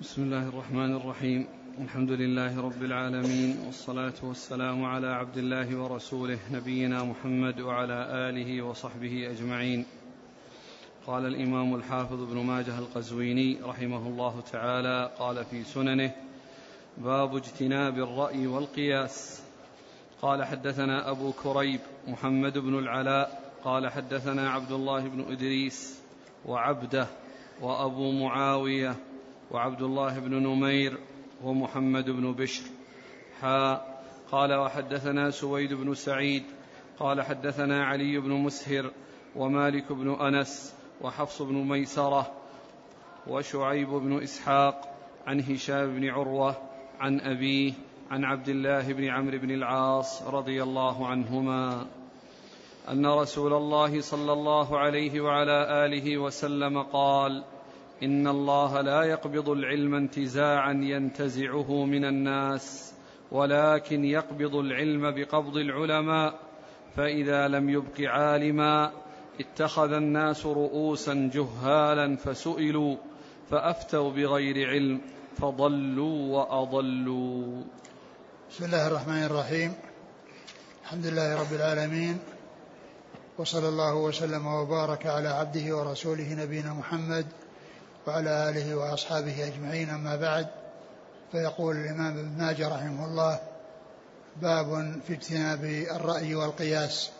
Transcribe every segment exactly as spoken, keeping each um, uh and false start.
بسم الله الرحمن الرحيم. الحمد لله رب العالمين، والصلاة والسلام على عبد الله ورسوله نبينا محمد وعلى آله وصحبه أجمعين. قال الإمام الحافظ ابن ماجه القزويني رحمه الله تعالى قال في سننه: باب اجتناب الرأي والقياس. قال حدثنا أبو كريب محمد بن العلاء قال حدثنا عبد الله بن إدريس وعبده وأبو معاوية وعبد الله بن نمير ومحمد بن بشر حا قال وحدثنا سويد بن سعيد قال حدثنا علي بن مسهر ومالك بن أنس وحفص بن ميسرة وشعيب بن إسحاق عن هشام بن عروة عن أبيه عن عبد الله بن عمرو بن العاص رضي الله عنهما أن رسول الله صلى الله عليه وعلى آله وسلم قال: إن الله لا يقبض العلم انتزاعا ينتزعه من الناس، ولكن يقبض العلم بقبض العلماء، فإذا لم يبق عالما اتخذ الناس رؤوسا جهالا فسئلوا فأفتوا بغير علم فضلوا وأضلوا. بسم الله الرحمن الرحيم. الحمد لله رب العالمين، وصلى الله وسلم وبارك على عبده ورسوله نبينا محمد وعلى آله وأصحابه أجمعين، أما بعد. فيقول الإمام ابن ماجه رحمه الله: باب في اجتناب الرأي والقياس.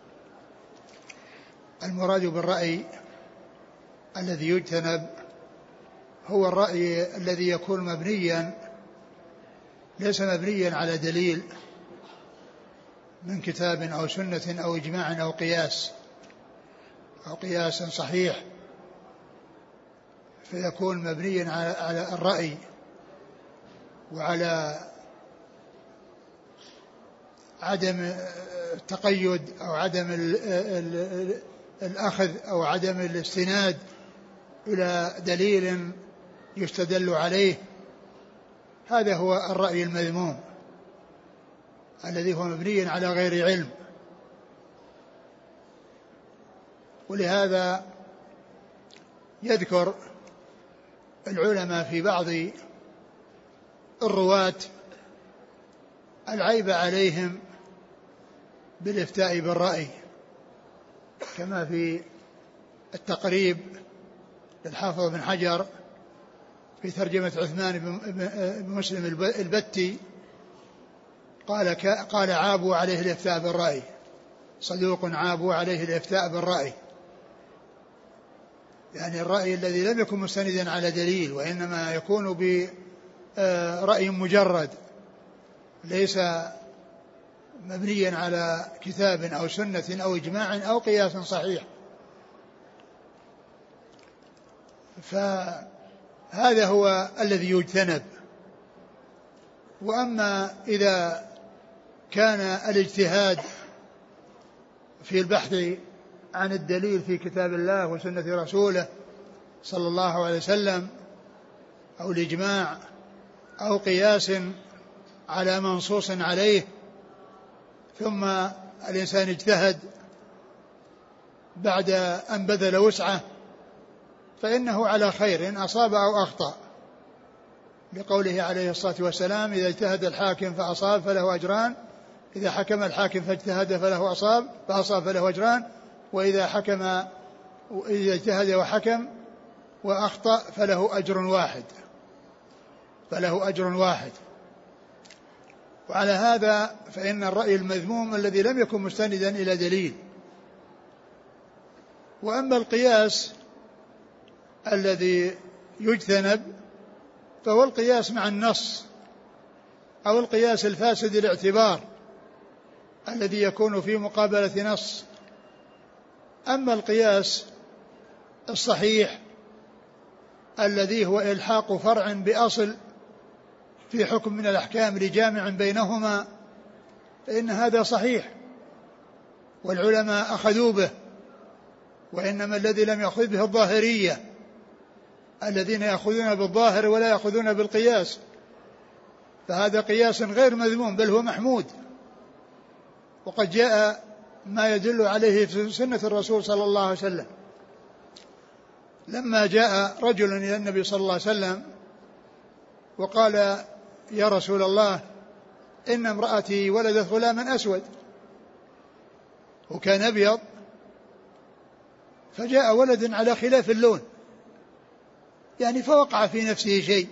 المراد بالرأي الذي يجتنب هو الرأي الذي يكون مبنيا ليس مبنيا على دليل من كتاب أو سنة أو إجماع أو قياس أو قياس صحيح، فيكون مبنيا على الرأي وعلى عدم التقيد أو عدم الأخذ أو عدم الاستناد إلى دليل يستدل عليه. هذا هو الرأي المذموم الذي هو مبني على غير علم. ولهذا يذكر العلماء في بعض الرواة العيب عليهم بالافتاء بالرأي، كما في التقريب للحافظ بن حجر في ترجمة عثمان بن مسلم البتي قال قال عابوا عليه الافتاء بالرأي، صدوق عابوا عليه الافتاء بالرأي، يعني الرأي الذي لم يكن مستندا على دليل، وإنما يكون برأي مجرد ليس مبنيا على كتاب أو سنة أو إجماع أو قياس صحيح. فهذا هو الذي يجتنب. وأما إذا كان الاجتهاد في البحث عن الدليل في كتاب الله وسنة رسوله صلى الله عليه وسلم أو الإجماع أو قياس على منصوص عليه، ثم الإنسان اجتهد بعد أن بذل وسعه، فإنه على خير إن أصاب أو أخطأ، لقوله عليه الصلاة والسلام: إذا اجتهد الحاكم فأصاب فله أجران، إذا حكم الحاكم فاجتهد فله أصاب فأصاب فله أجران، وإذا حكم إذا اجتهد وحكم وأخطأ فله أجر واحد فله أجر واحد. وعلى هذا فإن الرأي المذموم الذي لم يكن مستندا إلى دليل. وأما القياس الذي يجتنب فهو القياس مع النص، أو القياس الفاسد الاعتبار الذي يكون في مقابلة نص. أما القياس الصحيح الذي هو إلحاق فرع بأصل في حكم من الأحكام لجامع بينهما، فإن هذا صحيح والعلماء أخذوا به. وإنما الذي لم يأخذ به الظاهرية الذين يأخذون بالظاهر ولا يأخذون بالقياس، فهذا قياس غير مذموم بل هو محمود. وقد جاء ما يدل عليه في سنة الرسول صلى الله عليه وسلم. لما جاء رجل إلى النبي صلى الله عليه وسلم وقال يا رسول الله إن امرأتي ولدت غلاما أسود وكان أبيض، فجاء ولد على خلاف اللون، يعني فوقع في نفسه شيء.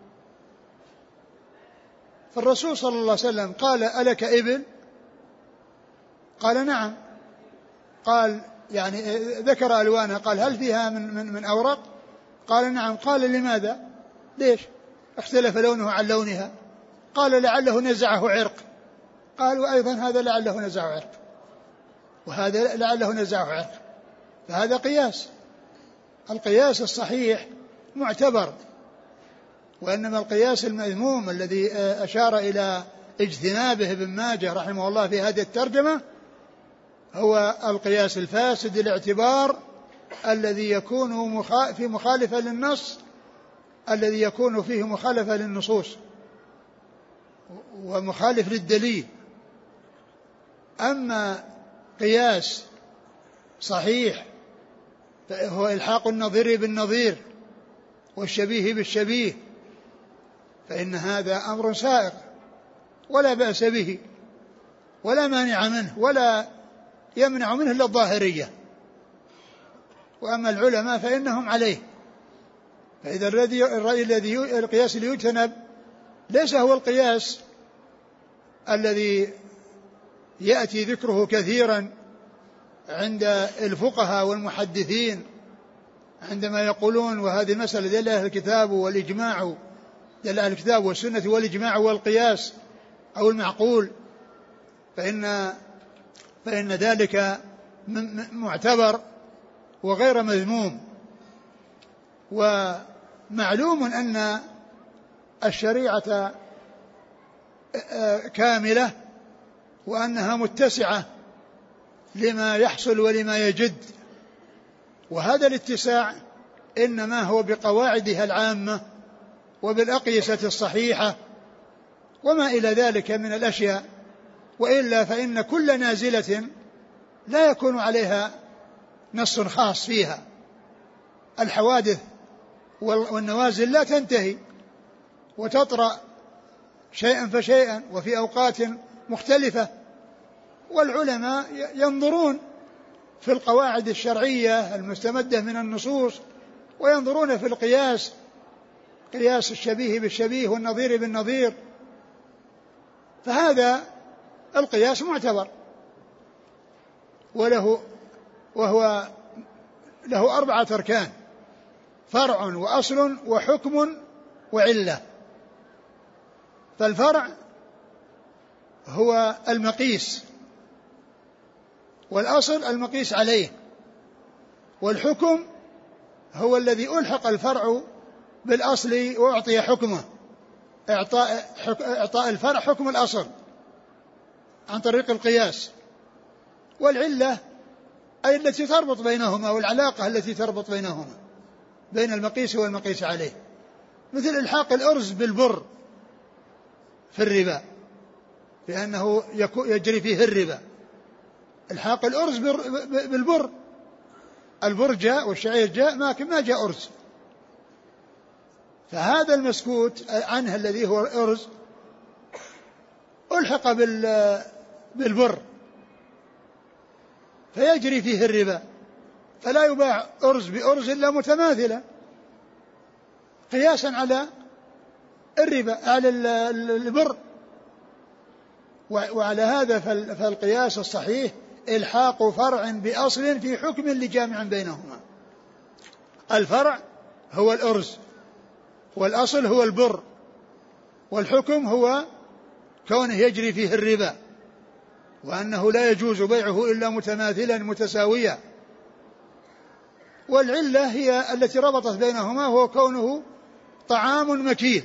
فالرسول صلى الله عليه وسلم قال ألك إبل؟ قال نعم. قال يعني ذكر ألوانها، قال هل فيها من, من, من أورق؟ قال نعم. قال لماذا؟ ليش اختلف لونه عن لونها؟ قال لعله نزعه عرق. قال وأيضا هذا لعله نزعه عرق، وهذا لعله نزعه عرق. فهذا قياس. القياس الصحيح معتبر، وإنما القياس المذموم الذي أشار إلى اجتنابه ابن ماجه رحمه الله في هذه الترجمة هو القياس الفاسد الاعتبار الذي يكون في مخالفة للنص، الذي يكون فيه مخالفة للنصوص ومخالف للدليل. أما قياس صحيح فهو إلحاق النظير بالنظير والشبيه بالشبيه، فإن هذا أمر سائغ ولا بأس به ولا مانع منه ولا يمنع منه إلا الظاهرية. وأما العلماء فإنهم عليه. فإذا الذي الرأي الذي القياس اللي يجتنب ليس هو القياس الذي يأتي ذكره كثيرا عند الفقهاء والمحدثين عندما يقولون وهذه المسألة دل أهل الكتاب والإجماع، دل أهل الكتاب والسنة والإجماع والقياس أو المعقول، فإن فإن ذلك معتبر وغير مذموم. ومعلوم أن الشريعة كاملة وأنها متسعة لما يحصل ولما يجد، وهذا الاتساع إنما هو بقواعدها العامة وبالأقيسة الصحيحة وما إلى ذلك من الأشياء، وإلا فإن كل نازلة لا يكون عليها نص خاص فيها. الحوادث والنوازل لا تنتهي وتطرأ شيئا فشيئا وفي أوقات مختلفة، والعلماء ينظرون في القواعد الشرعية المستمدة من النصوص وينظرون في القياس، قياس الشبيه بالشبيه والنظير بالنظير، فهذا القياس معتبر وله وهو له أربعة أركان: فرع وأصل وحكم وعلة. فالفرع هو المقيس، والأصل المقيس عليه، والحكم هو الذي ألحق الفرع بالأصل وأعطي حكمه، إعطاء, إعطاء الفرع حكم الأصل عن طريق القياس. والعلة أي التي تربط بينهما والعلاقة التي تربط بينهما بين المقيس والمقيس عليه، مثل إلحاق الأرز بالبر في الربا لأنه يجري فيه الربا، إلحاق الأرز بالبر، البر جاء والشعير جاء ما جاء أرز، فهذا المسكوت عنه الذي هو الأرز ألحق بالبر فيجري فيه الربا، فلا يباع أرز بأرز إلا متماثلا قياسا على الربا على البر. وعلى هذا فالقياس الصحيح إلحاق فرع بأصل في حكم لجامع بينهما. الفرع هو الأرز، والأصل هو البر، والحكم هو كونه يجري فيه الربا وأنه لا يجوز بيعه إلا متماثلا متساويا. والعلة هي التي ربطت بينهما هو كونه طعام مكيل،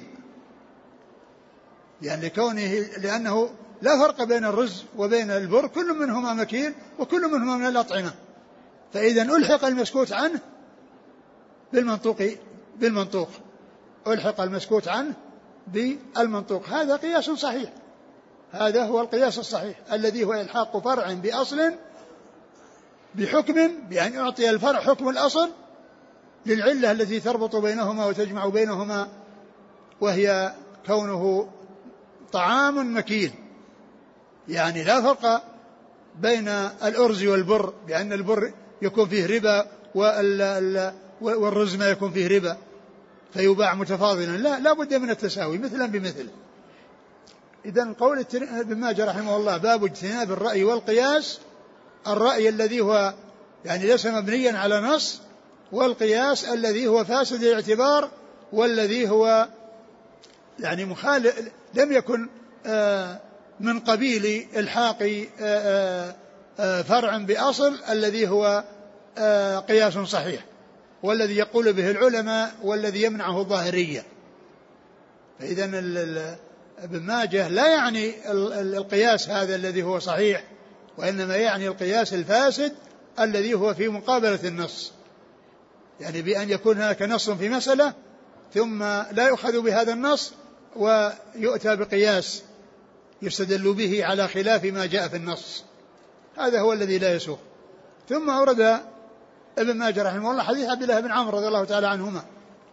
يعني كونه لأنه لا فرق بين الرز وبين البر، كل منهما مكيل وكل منهما من الأطعمة، فإذا ألحق المسكوت عنه بالمنطوق بالمنطوق ألحق المسكوت عنه بالمنطوق. هذا قياس صحيح، هذا هو القياس الصحيح الذي هو إلحاق فرع بأصل بحكم، بأن يعطي الفرع حكم الأصل للعلة التي تربط بينهما وتجمع بينهما وهي كونه طعام مكيل، يعني لا فرق بين الأرز والبر، بأن البر يكون فيه ربا والرز ما يكون فيه ربا فيباع متفاضلا، لا لا بد من التساوي مثلا بمثل. إذن قول ابن ماجه رحمه الله باب اجتناب الرأي والقياس، الرأي الذي هو يعني ليس مبنيا على نص، والقياس الذي هو فاسد الاعتبار والذي هو يعني مخالف لم يكن من قبيل الحاق فرع بأصل الذي هو قياس صحيح والذي يقول به العلماء والذي يمنعه الظاهرية. فإذن ابن ماجه لا يعني القياس هذا الذي هو صحيح، وإنما يعني القياس الفاسد الذي هو في مقابلة النص، يعني بأن يكون هناك نص في مسألة ثم لا يؤخذ بهذا النص ويؤتى بقياس يستدل به على خلاف ما جاء في النص، هذا هو الذي لا يسوغ. ثم أورد ابن ماجه رحمه الله حديث عبد الله بن عمرو رضي الله تعالى عنهما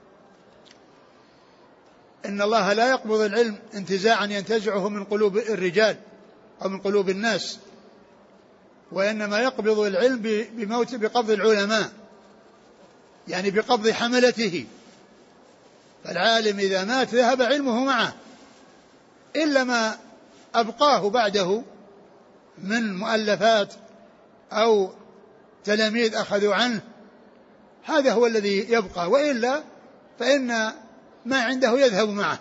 إن الله لا يقبض العلم انتزاعا ينتزعه من قلوب الرجال أو من قلوب الناس، وإنما يقبض العلم بموت بقبض العلماء، يعني بقبض حملته. فالعالم إذا مات ذهب علمه معه إلا ما أبقاه بعده من مؤلفات أو تلاميذ أخذوا عنه، هذا هو الذي يبقى، وإلا فإن ما عنده يذهب معه،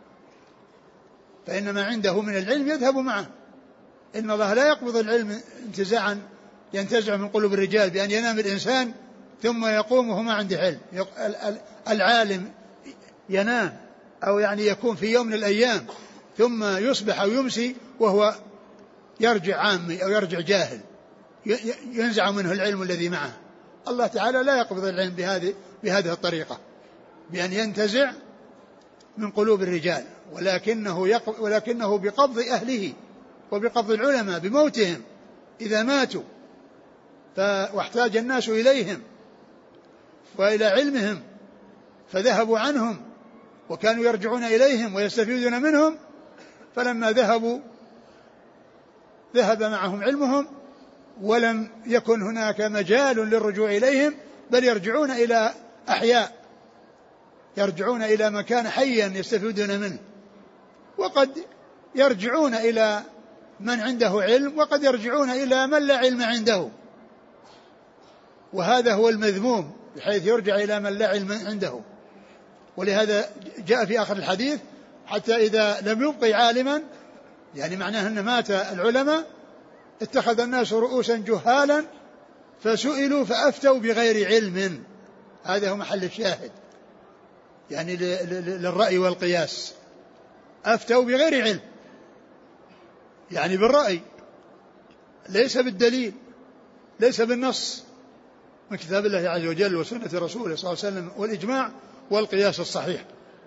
فإن ما عنده من العلم يذهب معه. إن الله لا يقبض العلم انتزاعا ينتزع من قلوب الرجال بأن ينام الإنسان ثم يقوم وهو ما عنده علم. العالم ينام أو يعني يكون في يوم من الأيام ثم يصبح أو يمسي وهو يرجع عامي أو يرجع جاهل، ينزع منه العلم الذي معه. الله تعالى لا يقبض العلم بهذه بهذه الطريقة بأن ينتزع من قلوب الرجال، ولكنه ولكنه بقبض أهله وبقبض العلماء بموتهم إذا ماتوا واحتاج الناس إليهم وإلى علمهم فذهبوا عنهم وكانوا يرجعون إليهم ويستفيدون منهم، فلما ذهبوا ذهب معهم علمهم ولم يكن هناك مجال للرجوع إليهم، بل يرجعون إلى أحياء، يرجعون إلى مكان حيا يستفيدون منه، وقد يرجعون إلى من عنده علم وقد يرجعون إلى من لا علم عنده، وهذا هو المذموم بحيث يرجع إلى من لا علم عنده. ولهذا جاء في آخر الحديث حتى إذا لم يبقي عالما، يعني معناه أن مات العلماء اتخذ الناس رؤوسا جهالا فسئلوا فأفتوا بغير علم، هذا هو محل الشاهد، يعني للرأي والقياس، أفتوا بغير علم يعني بالرأي ليس بالدليل، ليس بالنص من كتاب الله عز وجل وسنة رسوله صلى الله عليه وسلم والإجماع والقياس الصحيح.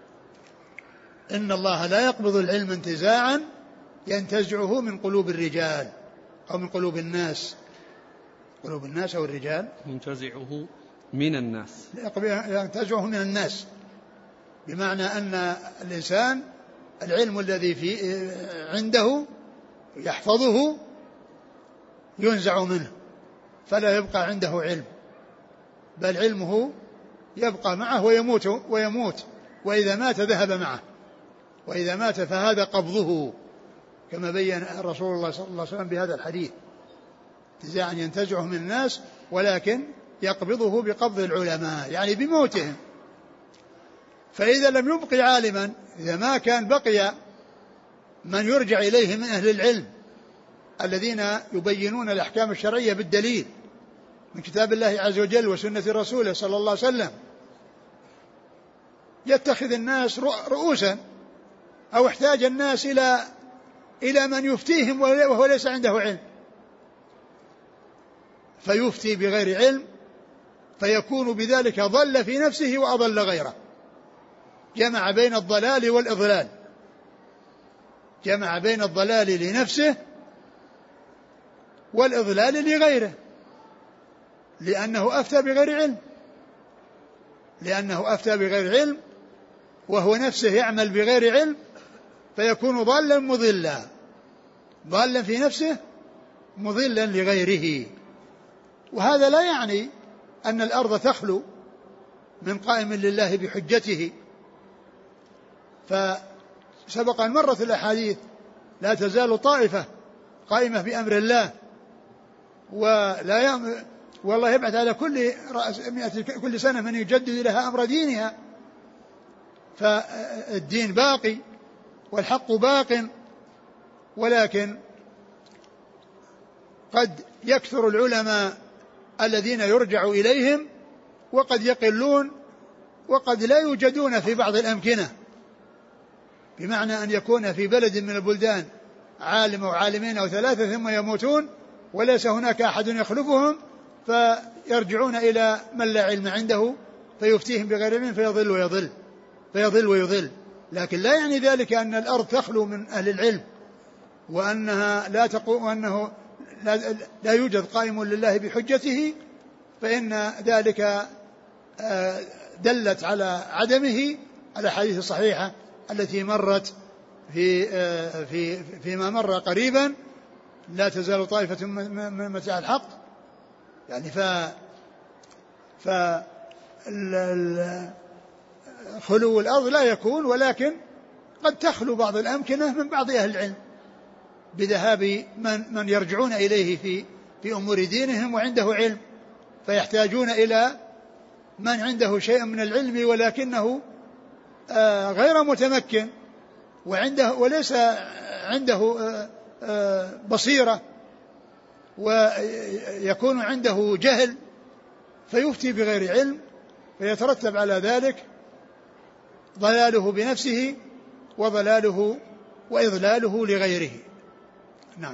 إن الله لا يقبض العلم انتزاعا ينتزعه من قلوب الرجال أو من قلوب الناس، قلوب الناس أو الرجال ينتزعه من الناس، ينتزعه من الناس، بمعنى أن الإنسان العلم الذي في عنده يحفظه ينزع منه فلا يبقى عنده علم، بل علمه يبقى معه ويموت ويموت وإذا مات ذهب معه، وإذا مات فهذا قبضه كما بين رسول الله صلى الله عليه وسلم بهذا الحديث، انتزاعا ينتزعه من الناس ولكن يقبضه بقبض العلماء يعني بموتهم. فإذا لم يبقي عالما، إذا ما كان بقي من يرجع إليه من أهل العلم الذين يبينون الأحكام الشرعية بالدليل من كتاب الله عز وجل وسنة رسوله صلى الله عليه وسلم، يتخذ الناس رؤوسا أو احتاج الناس إلى إلى من يفتيهم وهو ليس عنده علم، فيفتي بغير علم فيكون بذلك ضل في نفسه وأضل غيره، جمع بين الضلال والإضلال، جمع بين الضلال لنفسه والإضلال لغيره، لأنه أفتى بغير علم، لأنه أفتى بغير علم وهو نفسه يعمل بغير علم فيكون ضالا مضلا، ضالا في نفسه مضلا لغيره. وهذا لا يعني أن الأرض تخلو من قائم لله بحجته، فسبق أن مرت الأحاديث لا تزال طائفة قائمة بأمر الله، ولا يم... والله يبعث على كل رأس كل سنة من يجدد لها أمر دينها، فالدين باقي والحق باق، ولكن قد يكثر العلماء الذين يرجع إليهم وقد يقلون، وقد لا يوجدون في بعض الأمكنة، بمعنى أن يكون في بلد من البلدان عالم أو عالمين أو ثلاثة ثم يموتون وليس هناك أحد يخلفهم، فيرجعون إلى من لا علم عنده فيفتيهم بغير علم فيضل ويضل فيضل ويضل. لكن لا يعني ذلك أن الأرض تخلو من أهل العلم، وأنها لا تقوم، وأنه لا, لا يوجد قائم لله بحجته، فإن ذلك دلت على عدمه الأحاديث الصحيحة التي مرت في في فيما مر قريبا: لا تزال طائفة من متاع الحق، يعني ف ف خلو الأرض لا يكون، ولكن قد تخلو بعض الأمكنة من بعض أهل العلم بذهاب من من يرجعون إليه في في أمور دينهم وعنده علم، فيحتاجون إلى من عنده شيء من العلم ولكنه آه غير متمكن وعنده وليس عنده آه آه بصيرة، ويكون عنده جهل فيفتي بغير علم، فيترتب على ذلك ضلاله بنفسه وضلاله وإضلاله لغيره. نعم.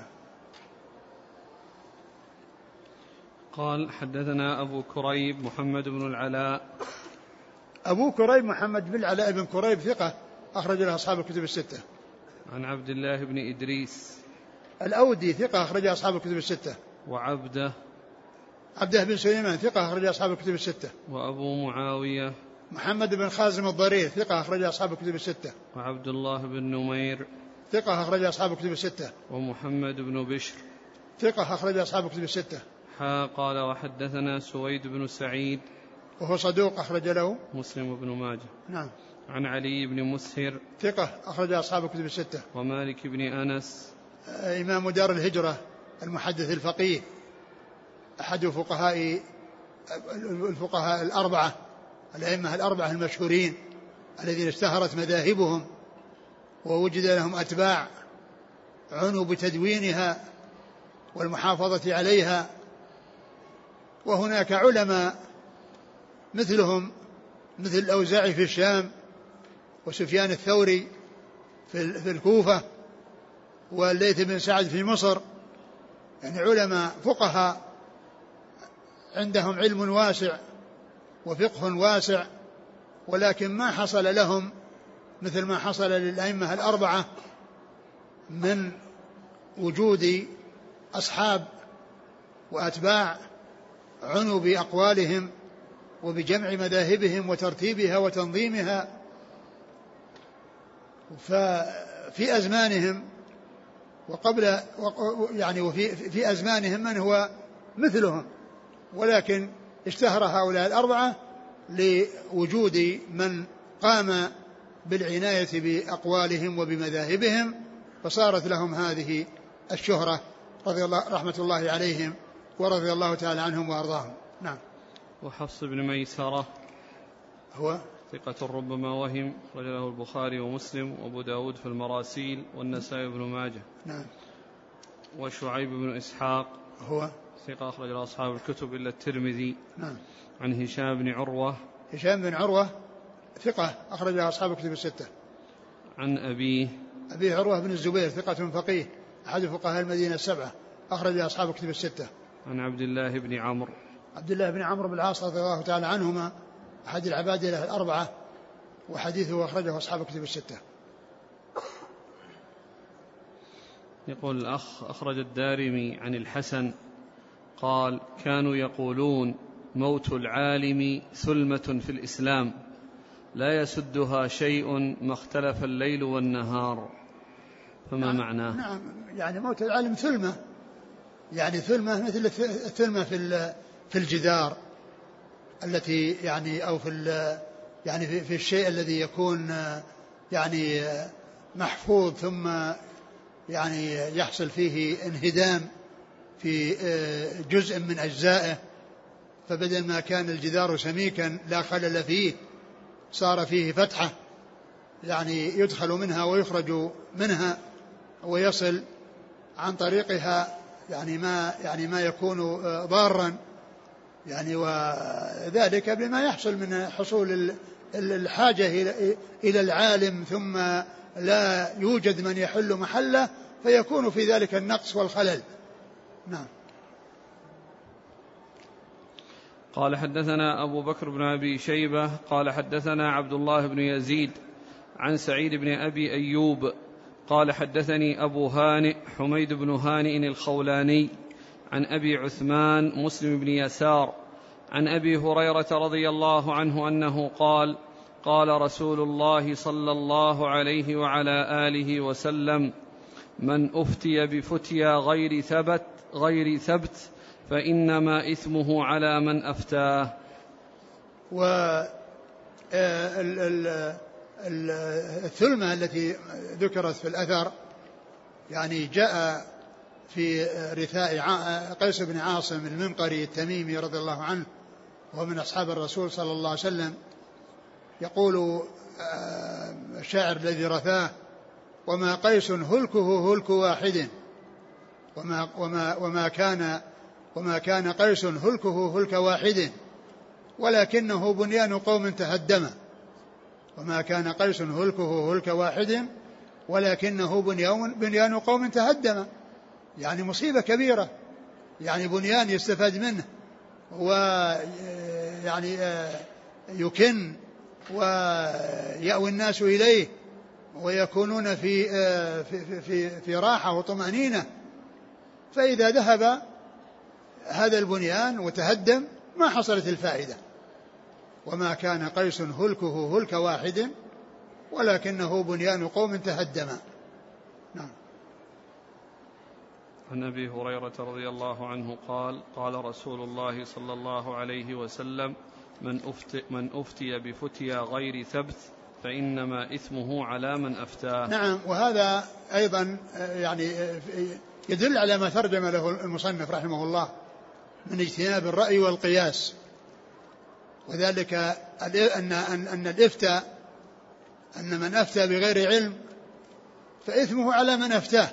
قال: حدثنا أبو كريب محمد بن العلاء. أبو كريب محمد بن العلاء بن كريب ثقة أخرج له أصحاب الكتب الستة. عن عبد الله بن إدريس الأودي ثقة أخرج أصحاب الكتب الستة. وعبده عبده بن سليمان ثقة أخرج أصحاب الكتب الستة. وأبو معاوية محمد بن خازم الضرير ثقة أخرج أصحاب الكتب الستة. وعبد الله بن نمير ثقة أخرج أصحاب الكتب الستة. ومحمد بن بشر ثقة أخرج أصحاب الكتب الستة. حا قال: وحدثنا سويد بن سعيد وهو صدوق أخرج له مسلم بن ماجه. نعم. عن علي بن مسهر ثقة أخرج أصحاب الكتب الستة. ومالك بن أنس إمام دار الهجرة المحدث الفقيه أحد فقهاء الفقهاء الأربعة الأئمة الأربعة المشهورين الذين اشتهرت مذاهبهم ووجد لهم أتباع عنوا بتدوينها والمحافظة عليها. وهناك علماء مثلهم مثل الأوزاعي في الشام وسفيان الثوري في الكوفة والليث بن سعد في مصر، يعني علماء فقهاء عندهم علم واسع وفقه واسع، ولكن ما حصل لهم مثل ما حصل للأئمة الأربعة من وجود أصحاب وأتباع عنوا بأقوالهم وبجمع مذاهبهم وترتيبها وتنظيمها. ففي أزمانهم وقبل يعني وفي في أزمانهم من هو مثلهم، ولكن اشتهر هؤلاء الأربعة لوجود من قام بالعناية بأقوالهم وبمذاهبهم، فصارت لهم هذه الشهرة رضي الله رحمة الله عليهم ورضي الله تعالى عنهم وأرضاهم. نعم. وحفص بن ميسرة هو ثقة ربما وهم، أخرج له البخاري ومسلم وأبو داود في المراسيل والنسائي بن ماجه. نعم. وشعيب بن إسحاق هو ثقة أخرج له أصحاب الكتب إلا الترمذي. نعم. عن هشام بن عروة هشام بن عروة ثقة أخرج له أصحاب الكتب الستة. عن أبيه أبي عروة بن الزبير ثقة فقيه أحد فقهاء المدينة السبعة أخرج له أصحاب الكتب الستة. عن عبد الله بن عمرو عبد الله بن عمرو بن العاص رضي الله تعالى عنهما أحد العبادلة الأربعة، وحديثه أخرجه أصحاب الكتب الستة. يقول الأخ: أخرج الدارمي عن الحسن قال: كانوا يقولون موت العالم ثلمة في الإسلام، لا يسدها شيء ما اختلف الليل والنهار، فما نعم معناه؟ نعم يعني موت العالم ثلمة، يعني ثلمة مثل الثلمة في في الجدار التي يعني أو في يعني في, في الشيء الذي يكون يعني محفوظ ثم يعني يحصل فيه انهدام في جزء من أجزائه، فبدل ما كان الجدار سميكا لا خلل فيه صار فيه فتحة يعني يدخل منها ويخرج منها ويصل عن طريقها يعني ما يعني ما يكون ضارا، يعني وذلك بما يحصل من حصول الحاجة إلى العالم ثم لا يوجد من يحل محله فيكون في ذلك النقص والخلل. نعم. قال حدثنا أبو بكر بن أبي شيبة قال حدثنا عبد الله بن يزيد عن سعيد بن أبي أيوب قال حدثني أبو هانئ حميد بن هانئ الخولاني عن أبي عثمان مسلم بن يسار عن أبي هريرة رضي الله عنه أنه قال قال رسول الله صلى الله عليه وعلى آله وسلم من أفتي بفتيا غير ثبت غير ثبت فإنما إثمه على من أفتاه. والثلمة التي ذكرت في الأثر يعني جاء في رثاء قيس بن عاصم المنقري التميمي رضي الله عنه وهو من أصحاب الرسول صلى الله عليه وسلم، يقول الشاعر الذي رثاه: وما قيس هلكه هلك واحد وما, وما, وما كان وما كان قيس هلكه هلك واحد ولكنه بنيان قوم تهدم. وما كان قيس هلكه هلك واحد ولكنه بنيان, بنيان قوم تهدم، يعني مصيبة كبيرة، يعني بنيان يستفاد منه ويعني يكن ويأوي الناس إليه ويكونون في, في, في, في راحة وطمأنينة، فإذا ذهب هذا البنيان وتهدم ما حصلت الفائدة. وما كان قيس هلكه هلك واحد ولكنه بنيان قوم تهدم. نعم. عن أبي هريرة رضي الله عنه قال قال رسول الله صلى الله عليه وسلم من أفتي, من أفتي بفتيا غير ثبت فإنما إثمه على من أفتاه. نعم. وهذا أيضا يعني يدل على ما ترجم له المصنف رحمه الله من اجتناب الرأي والقياس، وذلك أن, أن, أن الإفتاء أن من أفتى بغير علم فإثمه على من أفتاه،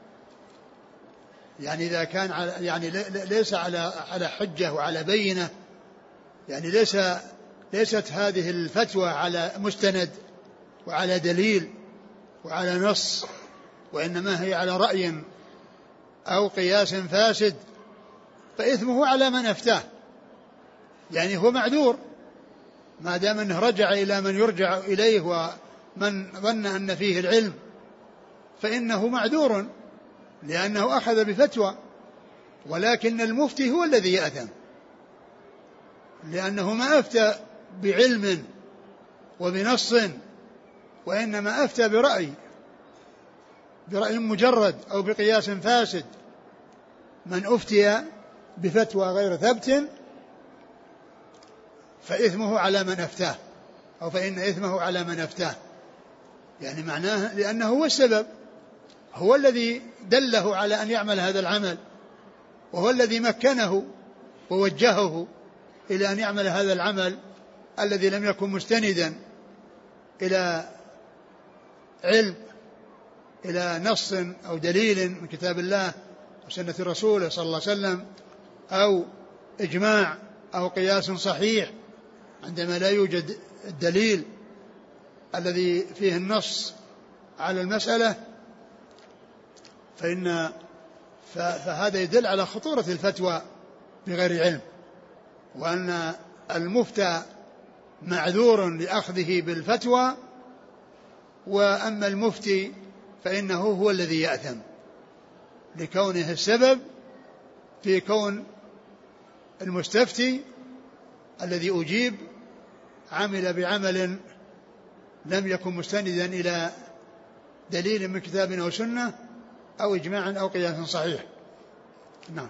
يعني إذا كان على يعني ليس على على حجة وعلى بينة، يعني ليس ليست هذه الفتوى على مستند وعلى دليل وعلى نص، وإنما هي على رأي أو قياس فاسد، فإثمه على من أفتاه، يعني هو معذور ما دام أنه رجع إلى من يرجع إليه ومن ظن أن فيه العلم، فإنه معذور لأنه أخذ بفتوى، ولكن المفتي هو الذي يأثم لأنه ما أفتى بعلم وبنص، وإنما أفتى برأي برأي مجرد أو بقياس فاسد. من أفتي بفتوى غير ثبت فإثمه على من أفتاه، أو فإن إثمه على من أفتاه، يعني معناه لأنه هو السبب، هو الذي دله على أن يعمل هذا العمل، وهو الذي مكنه ووجهه إلى أن يعمل هذا العمل الذي لم يكن مستندا إلى علم، إلى نص أو دليل من كتاب الله وسنة رسوله صلى الله عليه وسلم، أو إجماع أو قياس صحيح، عندما لا يوجد الدليل الذي فيه النص على المسألة، فإن فهذا يدل على خطورة الفتوى بغير علم، وأن المفتى معذور لأخذه بالفتوى، وأما المفتي فإنه هو الذي يأثم لكونه السبب في كون المستفتي الذي أجيب عمل بعمل لم يكن مستندا إلى دليل من كتاب أو سنة أو إجماع أو قياس صحيح. نعم.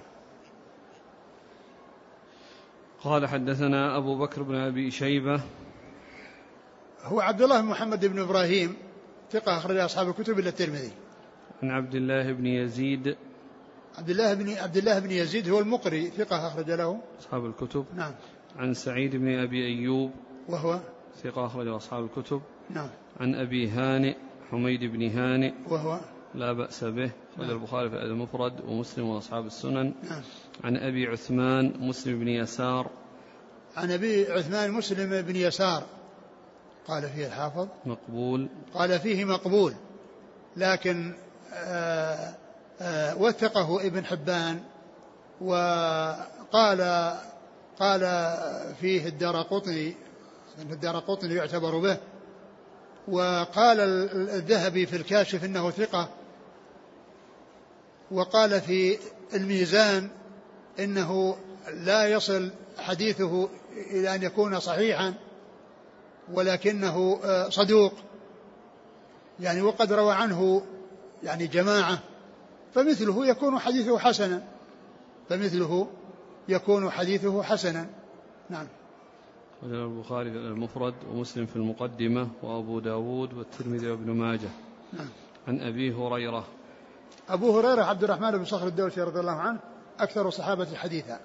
قال حدثنا أبو بكر بن أبي شيبة هو عبد الله بن محمد بن إبراهيم ثقة أخرج أصحاب الكتب إلا الترمذي. عن عبد الله بن يزيد عبد الله بن عبد الله بن يزيد هو المقري ثقة أخرج له أصحاب الكتب. نعم. عن سعيد بن أبي أيوب وهو ثقة أخرج أصحاب الكتب. نعم. عن أبي هانئ حميد بن هانئ وهو لا بأس به أخرج نعم. البخاري في الأدب المفرد ومسلم وأصحاب السنن. نعم. عن أبي عثمان مسلم بن يسار عن أبي عثمان مسلم بن يسار قال فيه الحافظ مقبول. قال فيه مقبول لكن آآ آآ وثقه ابن حبان وقال قال فيه الدارقطني الدارقطني يعتبر به، وقال الذهبي في الكاشف إنه ثقة، وقال في الميزان إنه لا يصل حديثه إلى أن يكون صحيحا ولكنه صدوق يعني، وقد روى عنه يعني جماعة، فمثله يكون حديثه حسنا فمثله يكون حديثه حسنا. نعم. البخاري المفرد ومسلم في المقدمة وأبو داود والترمذي وابن ماجه. نعم. عن أبي هريرة أبو هريرة عبد الرحمن بن صخر الدوسي رضي الله عنه أكثر الصحابة حديثا.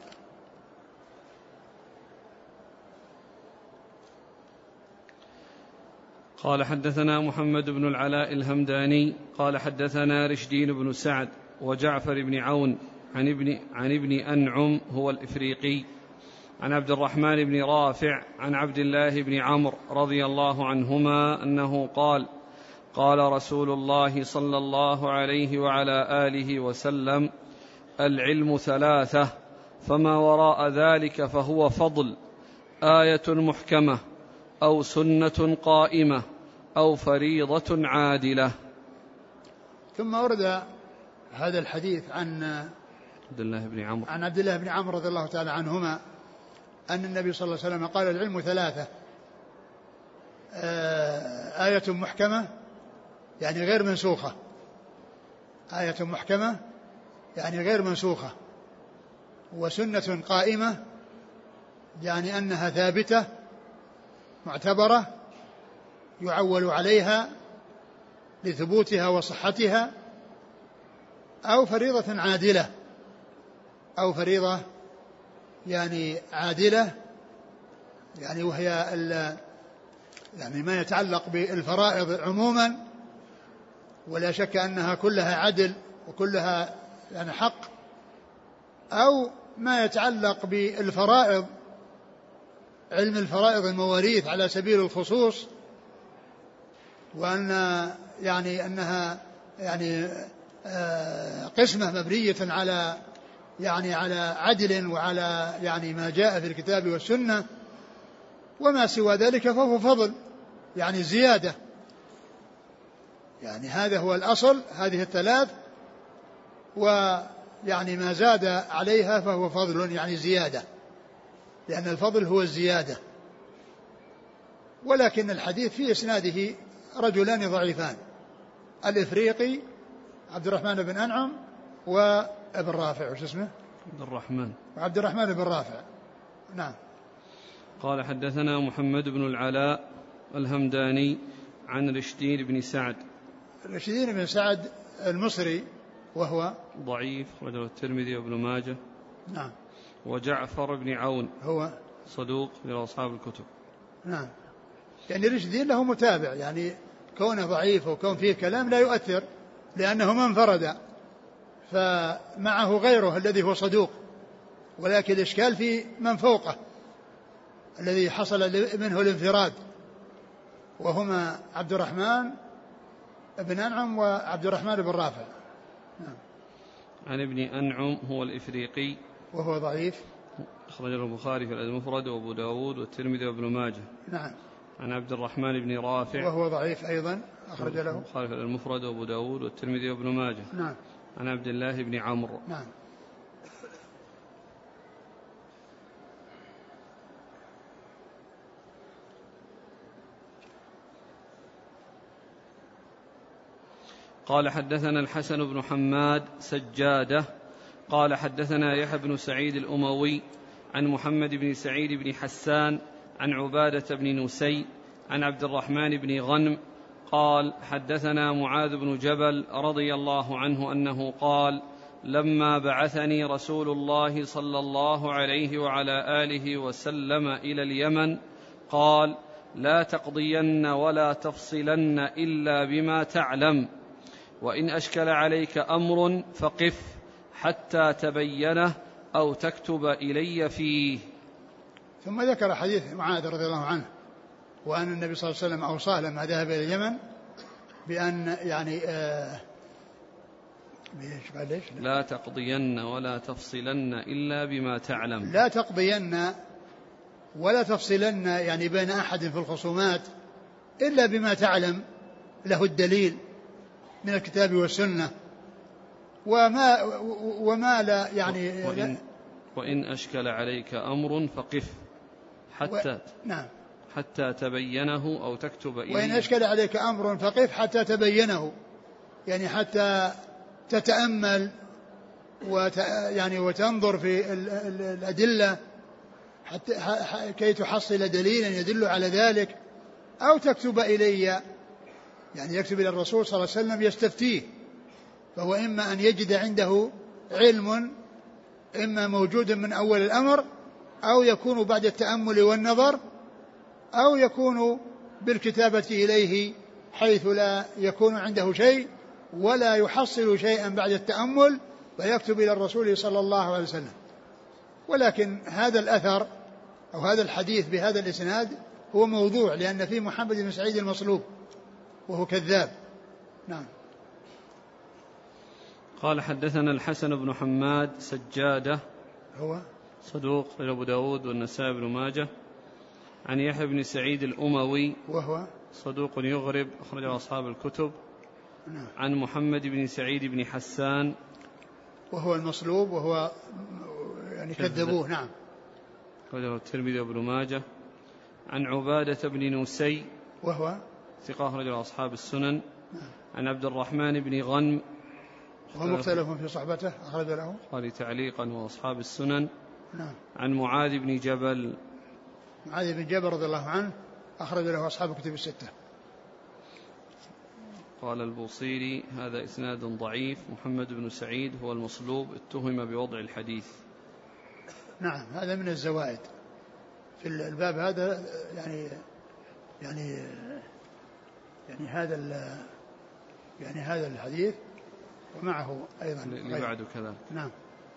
قال حدثنا محمد بن العلاء الهمداني قال حدثنا رشدين بن سعد وجعفر بن عون عن ابن, عن ابن أنعم هو الإفريقي عن عبد الرحمن بن رافع عن عبد الله بن عمرو رضي الله عنهما أنه قال قال رسول الله صلى الله عليه وعلى آله وسلم العلم ثلاثة فما وراء ذلك فهو فضل، آية محكمة أو سنة قائمة أو فريضة عادلة. ثم ورد هذا الحديث عن عبد الله بن عمرو عن عبد الله بن عمرو رضي الله تعالى عنهما أن النبي صلى الله عليه وسلم قال العلم ثلاثة، آية محكمة يعني غير منسوخة، آية محكمة يعني غير منسوخة، وسنة قائمة يعني أنها ثابتة معتبرة يعول عليها لثبوتها وصحتها، أو فريضة عادلة أو فريضة يعني عادلة يعني وهي يعني ما يتعلق بالفرائض عموما، ولا شك أنها كلها عدل وكلها يعني حق، أو ما يتعلق بالفرائض علم الفرائض المواريث على سبيل الخصوص، وأن يعني أنها يعني قسمة مبنية على يعني على عدل وعلى يعني ما جاء في الكتاب والسنة، وما سوى ذلك فهو فضل يعني زيادة، يعني هذا هو الأصل هذه الثلاث، ويعني ما زاد عليها فهو فضل يعني زيادة، لأن الفضل هو الزيادة. ولكن الحديث في إسناده رجلان ضعيفان، الإفريقي عبد الرحمن بن أنعم وابن رافع وش اسمه عبد الرحمن وعبد الرحمن بن رافع. نعم. قال حدثنا محمد بن العلاء الهمداني عن رشدين بن سعد. رشدين بن سعد المصري وهو ضعيف رجل الترمذي وابن ماجه. نعم. وجعفر بن عون هو صدوق لأصحاب الكتب. نعم. يعني رشدين له متابع، يعني كونه ضعيف وكون فيه كلام لا يؤثر لأنه من انفرد، فمعه غيره الذي هو صدوق، ولكن الإشكال في من فوقه الذي حصل منه الانفراد، وهما عبد الرحمن بن أنعم وعبد الرحمن بن رافع. نعم. عن ابن أنعم هو الإفريقي وهو ضعيف أخرجه البخاري في الأدب المفرد وأبو داود والترمذي وابن ماجه. نعم. عن عبد الرحمن بن رافع وهو ضعيف أيضا أخرج له البخاري في الأدب المفرد وأبو داود والترمذي وابن ماجه. نعم. عن عبد الله بن عمرو. نعم. قال حدثنا الحسن بن حماد سجادة قال حدثنا يحيى بن سعيد الأموي عن محمد بن سعيد بن حسان عن عبادة بن نسي عن عبد الرحمن بن غنم قال حدثنا معاذ بن جبل رضي الله عنه أنه قال لما بعثني رسول الله صلى الله عليه وعلى آله وسلم إلى اليمن قال لا تقضين ولا تفصلن إلا بما تعلم وإن أشكل عليك أمر فقف حتى تبينه أو تكتب إلي فيه. ثم ذكر حديث معاذ رضي الله عنه وأن النبي صلى الله عليه وسلم أوصاه لما ذهب إلى اليمن بأن يعني آه لا تقضين ولا تفصلن إلا بما تعلم. لا تقضين ولا تفصلن يعني بين أحد في الخصومات إلا بما تعلم له الدليل من الكتاب والسنة وما وما لا يعني وإن, وإن أشكل عليك أمر فقف حتى و... نعم حتى تبينه أو تكتب إليه. وإن أشكل عليك أمر فقف حتى تبينه يعني حتى تتأمل وت... يعني وتنظر في ال... ال... الأدلة حتى ح... كي تحصل دليلا يدل على ذلك أو تكتب إلي يعني يكتب إلى الرسول صلى الله عليه وسلم يستفتيه فهو إما أن يجد عنده علم إما موجود من أول الأمر أو يكون بعد التأمل والنظر أو يكون بالكتابة إليه حيث لا يكون عنده شيء ولا يحصل شيئا بعد التأمل فيكتب إلى الرسول صلى الله عليه وسلم. ولكن هذا الأثر أو هذا الحديث بهذا الإسناد هو موضوع لأن فيه محمد بن سعيد المصلوب وهو كذاب. نعم. قال حدثنا الحسن بن حماد سجادة هو صدوق أبو داود والنسائي بن ماجه عن يحيى بن سعيد الأموي وهو صدوق يغرب أخرجه أصحاب الكتب. نعم. عن محمد بن سعيد بن حسان وهو المصلوب وهو يعني كذبوه. نعم. أخرجه الترمذي وابن ماجه. عن عبادة بن نسي وهو ثقة أخرجه أصحاب السنن. نعم. عن عبد الرحمن بن غنم وهو مختلف في صحبته أخرج له قال تعليقا وأصحاب السنن. نعم. عن معاذ بن جبل معاذ بن جبل رضي الله عنه أخرج له أصحاب الكتب الستة. قال البوصيري هذا إسناد ضعيف محمد بن سعيد هو المصلوب اتهم بوضع الحديث. نعم هذا من الزوائد في الباب هذا يعني يعني يعني هذا يعني هذا الحديث ومعه أيضا اللي بعده كذا. نعم.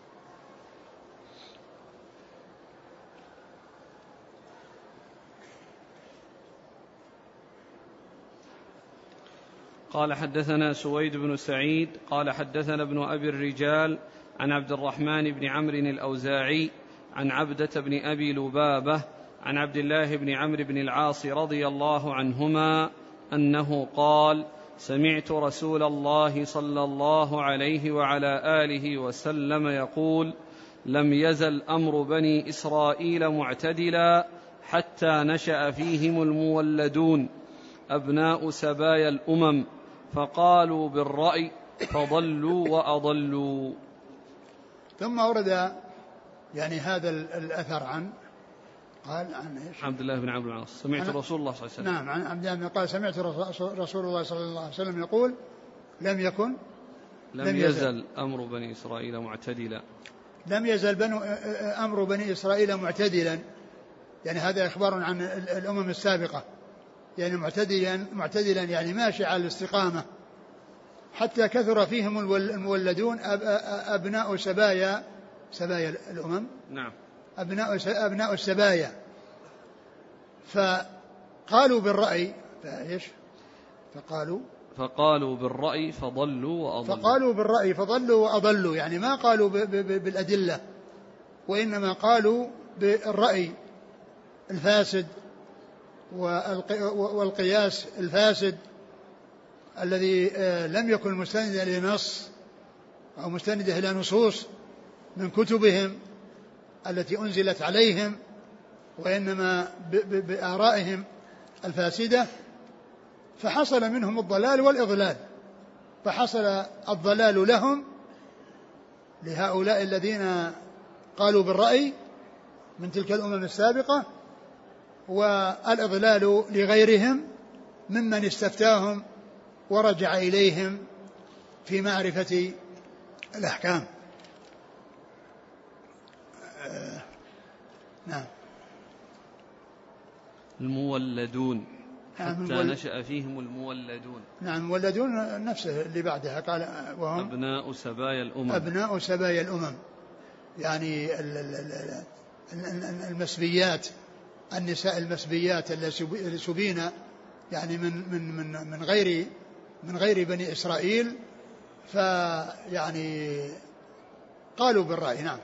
قال حدثنا سويد بن سعيد قال حدثنا ابن أبي الرجال عن عبد الرحمن بن عمرو الأوزاعي عن عبدة بن أبي لبابة عن عبد الله بن عمرو بن العاص رضي الله عنهما أنه قال سمعت رسول الله صلى الله عليه وعلى آله وسلم يقول لم يزل أمر بني إسرائيل معتدلا حتى نشأ فيهم المولدون أبناء سبايا الأمم فقالوا بالرأي فضلوا وأضلوا. ثم ورد يعني هذا الأثر عن قال عن إيش؟ عبد الله بن عمرو بن العاص سمعت رسول الله صلى الله عليه وسلم. نعم عن عبد الله قال سمعت رسول الله صلى الله عليه وسلم يقول لم يكن لم, لم يزل, يزل أمر بني إسرائيل معتدلا لم يزل بنو أمر بني إسرائيل معتدلا يعني هذا إخبار عن الأمم السابقة يعني معتدلا معتدلا يعني ماشي على الاستقامة حتى كثر فيهم المولدون أبناء سبايا سبايا الأمم. نعم. أبناء أبناء السبايا فقالوا بالرأي فإيش فقالوا فقالوا بالرأي فضلوا وأضلوا فقالوا بالرأي فضلوا وأضلوا يعني ما قالوا ب ب ب بالأدلة وإنما قالوا بالرأي الفاسد والقياس الفاسد الذي لم يكن مستندا لنص أو مستندا إلى نصوص من كتبهم التي أنزلت عليهم وإنما بآرائهم الفاسدة فحصل منهم الضلال والإضلال فحصل الضلال لهم لهؤلاء الذين قالوا بالرأي من تلك الأمم السابقة، والإضلال لغيرهم ممن استفتاهم ورجع إليهم في معرفة الأحكام. آه نعم. المولدون حتى نعم نشأ فيهم المولدون. نعم المولدون نفسه اللي بعدها قال وهم أبناء سبايا الأمم. أبناء سبايا الأمم، يعني المسبيات، النساء المسبيات اللي سبين يعني من من من من غير من غير بني إسرائيل، فيعني قالوا بالرأي. نعم.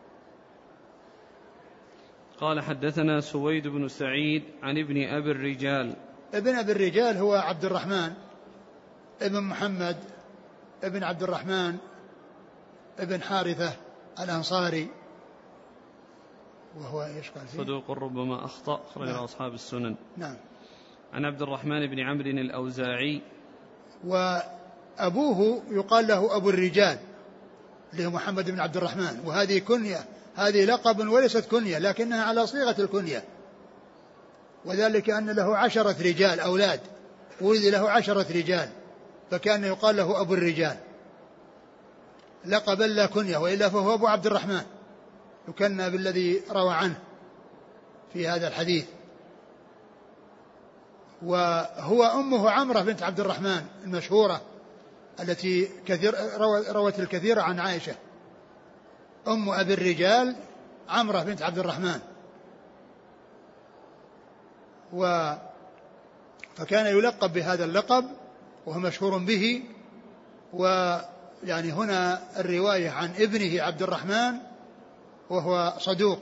قال حدثنا سويد بن سعيد عن ابن أبي الرجال. ابن أبي الرجال هو عبد الرحمن ابن محمد ابن عبد الرحمن ابن حارثة الأنصاري، وهو ايش قال فيه؟ صدوق ربما أخطأ، أخرج نعم. أصحاب السنن. نعم. عن عبد الرحمن بن عمرو الأوزاعي، وأبوه يقال له أبو الرجال اللي هو محمد بن عبد الرحمن، وهذه كنية، هذه لقب وليست كنية لكنها على صيغة الكنية، وذلك أن له عشرة رجال أولاد، ولد له عشرة رجال فكان يقال له أبو الرجال لقبا لا كنية، وإلا فهو أبو عبد الرحمن يكنى بالذي روى عنه في هذا الحديث. وهو أمه عمرة بنت عبد الرحمن المشهورة التي كثير روت الكثير عن عائشة، أم أبي الرجال عمرة بنت عبد الرحمن، و فكان يلقب بهذا اللقب وهو مشهور به. ويعني هنا الرواية عن ابنه عبد الرحمن وهو صدوق،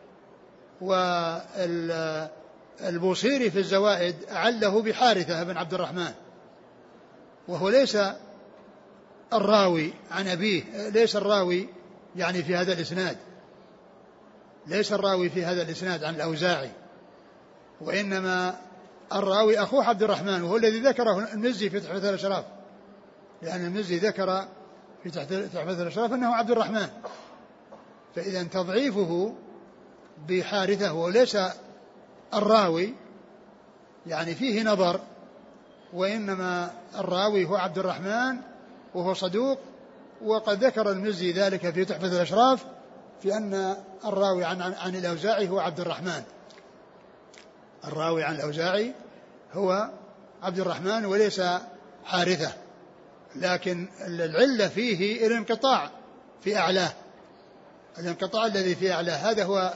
والبوصيري في الزوائد أعله بحارثة بن عبد الرحمن، وهو ليس الراوي عن أبيه، ليس الراوي يعني في هذا الإسناد، ليس الراوي في هذا الإسناد عن الأوزاعي، وإنما الراوي أخوه عبد الرحمن، وهو الذي ذكره المزي في تحفة الأشراف، لأن المزي ذكر في تحفة الأشراف أنه عبد الرحمن، فإذا تضعيفه بحارثة وليس الراوي يعني فيه نظر، وإنما الراوي هو عبد الرحمن وهو صدوق. وقد ذكر المزي ذلك في تحفة الأشراف في أن الراوي عن, عن, عن الأوزاعي هو عبد الرحمن، الراوي عن الأوزاعي هو عبد الرحمن وليس حارثة، لكن العلة فيه الانقطاع في أعلاه، الانقطاع الذي في أعلاه هذا هو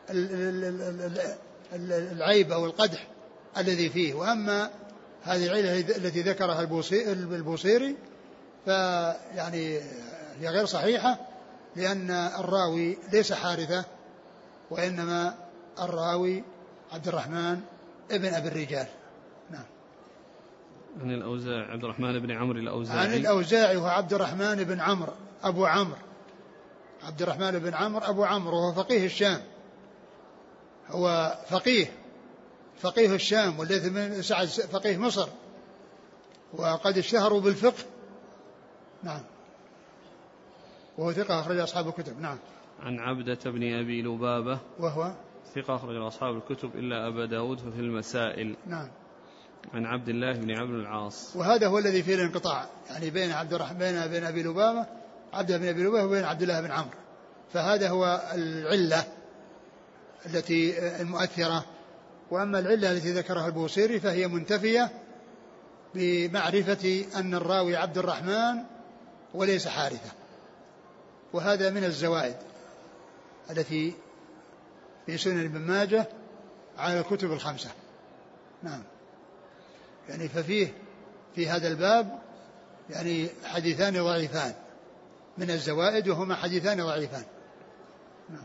العيب أو القدح الذي فيه. وأما هذه العلة التي ذكرها البوصيري فيعني هي غير صحيحة، لأن الراوي ليس حارثة وإنما الراوي عبد الرحمن ابن أبي الرجال. نعم. عن الأوزاعي عبد الرحمن بن عمرو الأوزاعي، عن الأوزاعي هو عبد الرحمن بن عمرو أبو عمرو، عبد الرحمن بن عمرو أبو عمرو، وهو فقيه الشام، هو فقيه فقيه الشام والذي من سعد فقيه مصر، وقد اشتهروا بالفقه. نعم. وهو ثقة أخرج أصحاب الكتب. نعم. عن عبدة بن أبي لبابة وهو ثقة أخرج أصحاب الكتب إلا أبا داود في المسائل. نعم. عن عبد الله بن عمرو بن العاص، وهذا هو الذي فيه الانقطاع، يعني بين عبد الرحمن بين بين أبي لبابة عبد بن أبي لبابة وبين عبد الله بن عمرو، فهذا هو العلة التي المؤثرة. وأما العلة التي ذكرها البوصيري فهي منتفية بمعرفة أن الراوي عبد الرحمن وليس حارثة، وهذا من الزوائد التي في سنن ابن ماجه على الكتب الخمسة. نعم. يعني ففيه في هذا الباب يعني حديثان ضعيفان من الزوائد، وهما حديثان ضعيفان. نعم.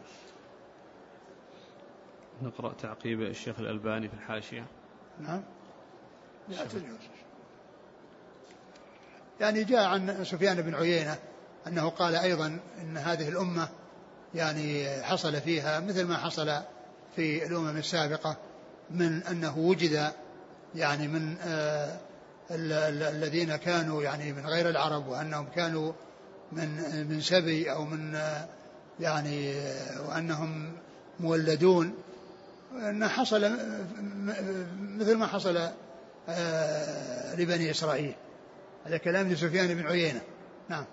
نقرأ تعقيب الشيخ الألباني في الحاشية. نعم. يعني جاء عن سفيان بن عيينة أنه قال أيضا إن هذه الأمة يعني حصل فيها مثل ما حصل في الأمم السابقة، من أنه وجد يعني من الذين كانوا يعني من غير العرب وأنهم كانوا من من سبي أو من يعني وأنهم مولدون، أن حصل مثل ما حصل لبني إسرائيل. هذا كلام لسفيان بن عيينة. نعم.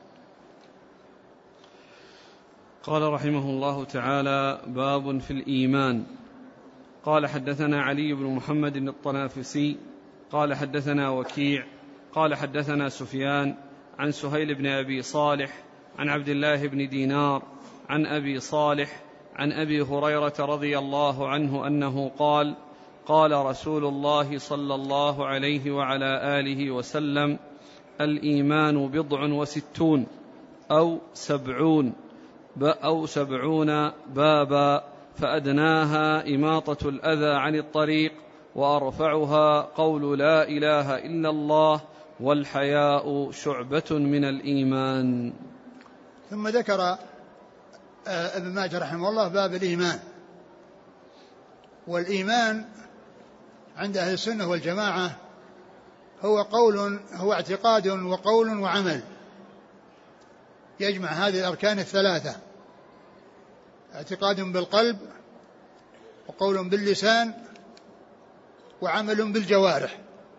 قال رحمه الله تعالى: باب في الإيمان. قال: حدثنا علي بن محمد الطنافسي قال حدثنا وكيع قال حدثنا سفيان عن سهيل بن أبي صالح عن عبد الله بن دينار عن أبي صالح عن أبي هريرة رضي الله عنه أنه قال: قال رسول الله صلى الله عليه وعلى آله وسلم: الإيمان بضع وستون أو سبعون أو سبعون بابا، فأدناها إماطة الأذى عن الطريق، وأرفعها قول لا إله إلا الله، والحياء شعبة من الإيمان. ثم ذكر ابن ماجه رحمه الله باب الإيمان. والإيمان عند أهل السنة والجماعة هو قول هو اعتقاد وقول وعمل، يجمع هذه الأركان الثلاثة: اعتقاد بالقلب، وقول باللسان، وعمل بالجوارح.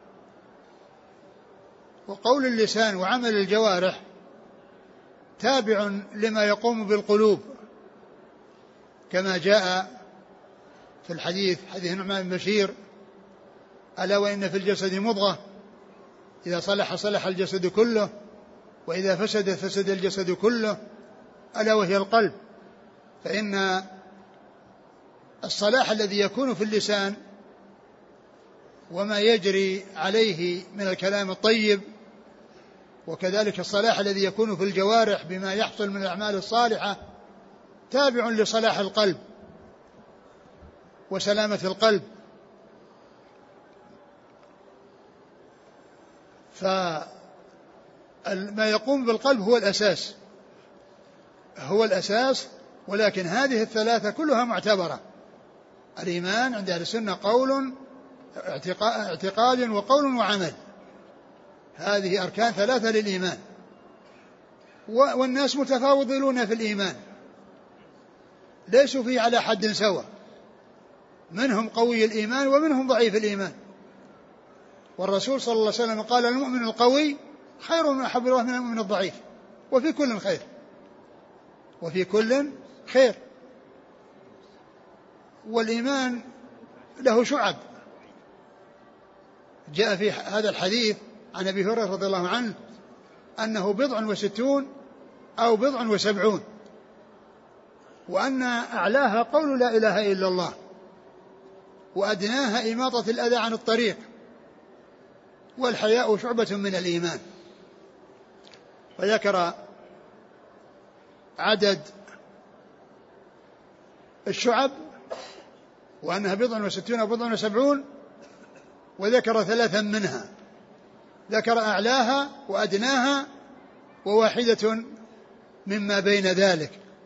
وقول اللسان وعمل الجوارح تابع لما يقوم بالقلوب، كما جاء في الحديث حديث نعمان بن بشير: ألا وإن في الجسد مضغة إذا صلح صلح الجسد كله، وإذا فسد فسد الجسد كله، ألا وهي القلب. فإن الصلاح الذي يكون في اللسان وما يجري عليه من الكلام الطيب، وكذلك الصلاح الذي يكون في الجوارح بما يحصل من الأعمال الصالحة، تابع لصلاح القلب وسلامة القلب. فما يقوم بالقلب هو الأساس هو الأساس ولكن هذه الثلاثة كلها معتبرة. الإيمان عند أهل السنة قول اعتقاد وقول وعمل، هذه أركان ثلاثة للإيمان. والناس متفاوضون في الإيمان، ليسوا فيه على حد سواء، منهم قوي الإيمان ومنهم ضعيف الإيمان. والرسول صلى الله عليه وسلم قال: المؤمن القوي خير من أحب الله من المؤمن الضعيف، وفي كل خير وفي كل خير. والإيمان له شعب، جاء في هذا الحديث عن أبي هريرة رضي الله عنه أنه بضع وستون أو بضع وسبعون، وأن أعلاها قول لا إله إلا الله، وأدناها إماطة الأذى عن الطريق، والحياء شعبة من الإيمان. وذكر عدد الشعب وأنها بضع وستون أو بضع وسبعون، وذكر ثلاثا منها، ذكر أعلاها وأدناها وواحدة مما بين ذلك،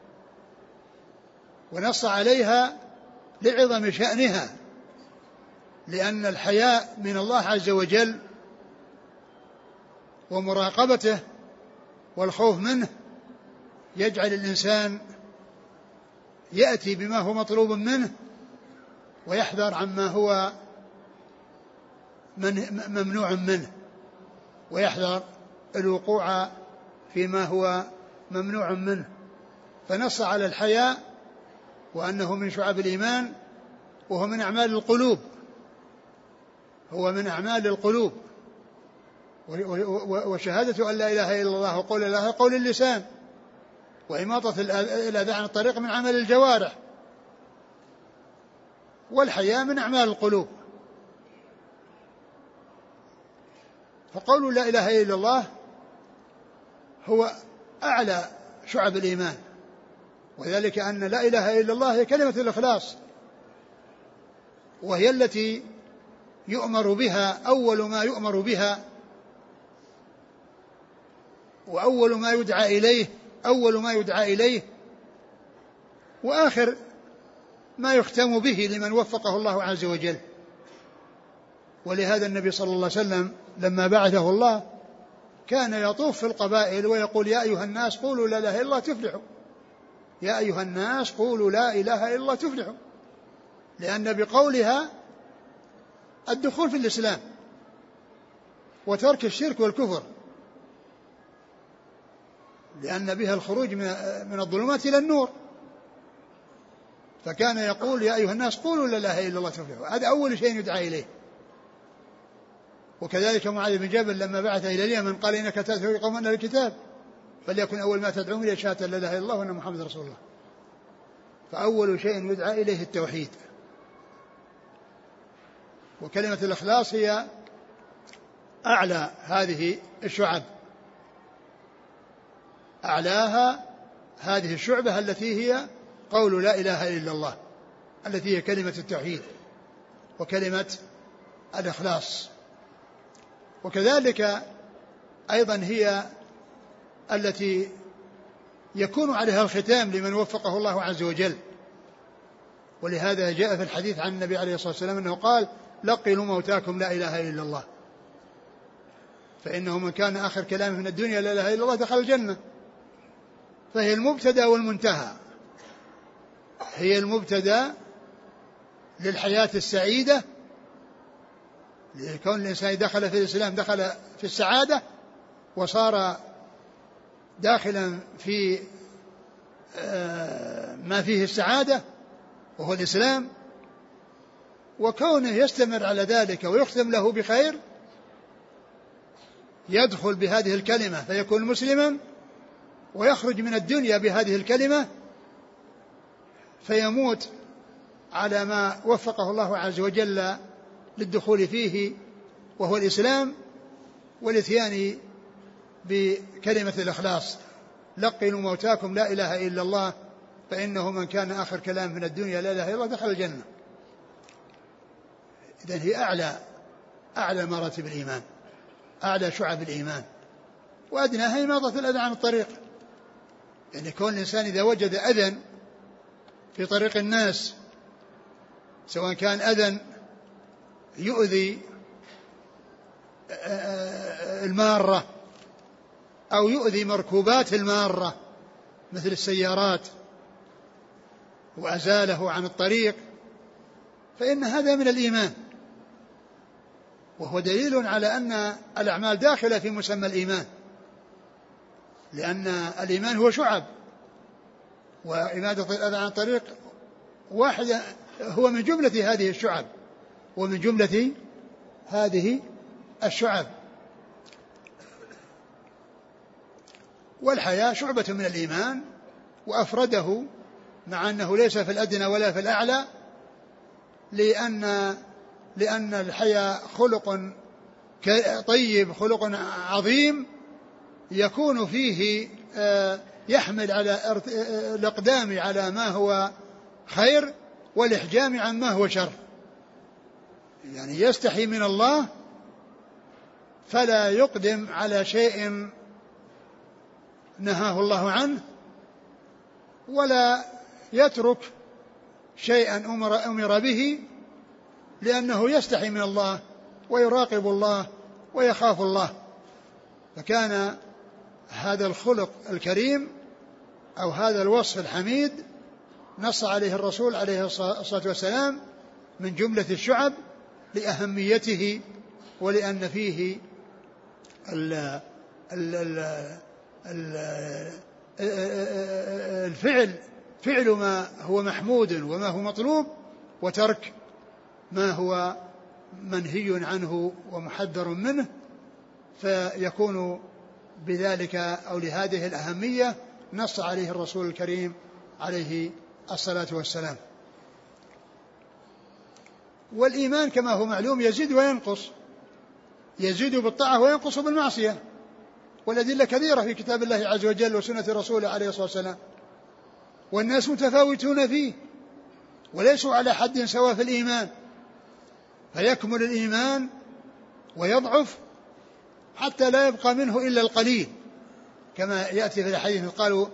ونص عليها لعظم شأنها، لأن الحياء من الله عز وجل ومراقبته والخوف منه يجعل الإنسان يأتي بما هو مطلوب منه ويحذر عما هو من ممنوع منه، ويحذر الوقوع فيما هو ممنوع منه. فنص على الحياء وأنه من شعب الإيمان، وهو من أعمال القلوب هو من أعمال القلوب وشهادة أن لا إله إلا الله وقول لا إله قول اللسان، وإماطة الأذى عن الطريق من عمل الجوارح، والحياء من أعمال القلوب. فقول لا إله إلا الله هو أعلى شعب الإيمان، وذلك أن لا إله إلا الله هي كلمة الإخلاص، وهي التي يؤمر بها، أول ما يؤمر بها وأول ما يدعى إليه أول ما يدعى إليه وآخر ما يختم به لمن وفقه الله عز وجل. ولهذا النبي صلى الله عليه وسلم لما بعثه الله كان يطوف في القبائل ويقول يا أيها الناس قولوا لا إله إلا الله تفلحوا، يا أيها الناس قولوا لا إله إلا الله تفلحوا، لأن بقولها الدخول في الإسلام وترك الشرك والكفر، لأن بها الخروج من الظلمات إلى النور. فكان يقول يا أيها الناس قولوا لا إله إلا الله تفلحوا، هذا أول شيء يدعى إليه. وكذلك معاذ بن جبل لما بعث إلى اليمن قال إنك تدعو قوما إلى الكتاب فليكن أول ما تدعوهم إلى شهادة لا إله إلا الله وأن محمد رسول الله. فأول شيء يدعى إليه التوحيد. وكلمة الإخلاص هي أعلى هذه الشعب، أعلاها هذه الشعبة التي هي قول لا إله إلا الله، التي هي كلمة التوحيد وكلمة الإخلاص. وكذلك أيضا هي التي يكون عليها الختام لمن وفقه الله عز وجل. ولهذا جاء في الحديث عن النبي عليه الصلاة والسلام أنه قال لقنوا موتاكم لا إله إلا الله، فإنه من كان آخر كلامه من الدنيا لا إله إلا الله دخل الجنة. فهي المبتدأ والمنتهى، هي المبتدأ للحياة السعيدة، لكون الإنسان دخل في الإسلام دخل في السعادة وصار داخلا في ما فيه السعادة وهو الإسلام، وكونه يستمر على ذلك ويختم له بخير يدخل بهذه الكلمة فيكون مسلما، ويخرج من الدنيا بهذه الكلمة فيموت على ما وفقه الله عز وجل للدخول فيه وهو الإسلام والإتيان بكلمة الإخلاص. لقنوا موتاكم لا إله إلا الله فإنه من كان آخر كلام من الدنيا لا إله إلا الله دخل الجنة. إذن هي أعلى أعلى مراتب الإيمان، أعلى شعب الإيمان، وأدناها إماطة الأذى عن الطريق. يعني كون الإنسان إذا وجد أذى في طريق الناس، سواء كان أذى يؤذي المارة أو يؤذي مركوبات المارة مثل السيارات وأزاله عن الطريق، فإن هذا من الإيمان، وهو دليل على أن الأعمال داخلة في مسمى الإيمان، لأن الإيمان هو شعب، وإمادة الأذى عن الطريق واحدة هو من جملة هذه الشعب ومن جملة هذه الشعب. والحياة شعبة من الإيمان، وأفرده مع أنه ليس في الأدنى ولا في الأعلى، لأن لأن الحياة خلق طيب، خلق عظيم يكون فيه يحمل على الإقدام على ما هو خير والإحجام عن ما هو شر، يعني يستحي من الله فلا يقدم على شيء نهاه الله عنه، ولا يترك شيئا أمر, أمر به، لأنه يستحي من الله ويراقب الله ويخاف الله. فكان هذا الخلق الكريم أو هذا الوصف الحميد نص عليه الرسول عليه الصلاة والسلام من جملة الشعب لأهميته، ولأن فيه ال ال ال الفعل فعل ما هو محمود وما هو مطلوب، وترك ما هو منهي عنه ومحذر منه، فيكون بذلك أو لهذه الأهمية نص عليه الرسول الكريم عليه الصلاة والسلام. والإيمان كما هو معلوم يزيد وينقص، يزيد بالطاعة وينقص بالمعصية، والأدلة كثيرة في كتاب الله عز وجل وسنة رسوله عليه الصلاة والسلام، والناس متفاوتون فيه وليسوا على حد سواء في الإيمان، فيكمل الإيمان ويضعف حتى لا يبقى منه إلا القليل، كما يأتي في الحديث قالوا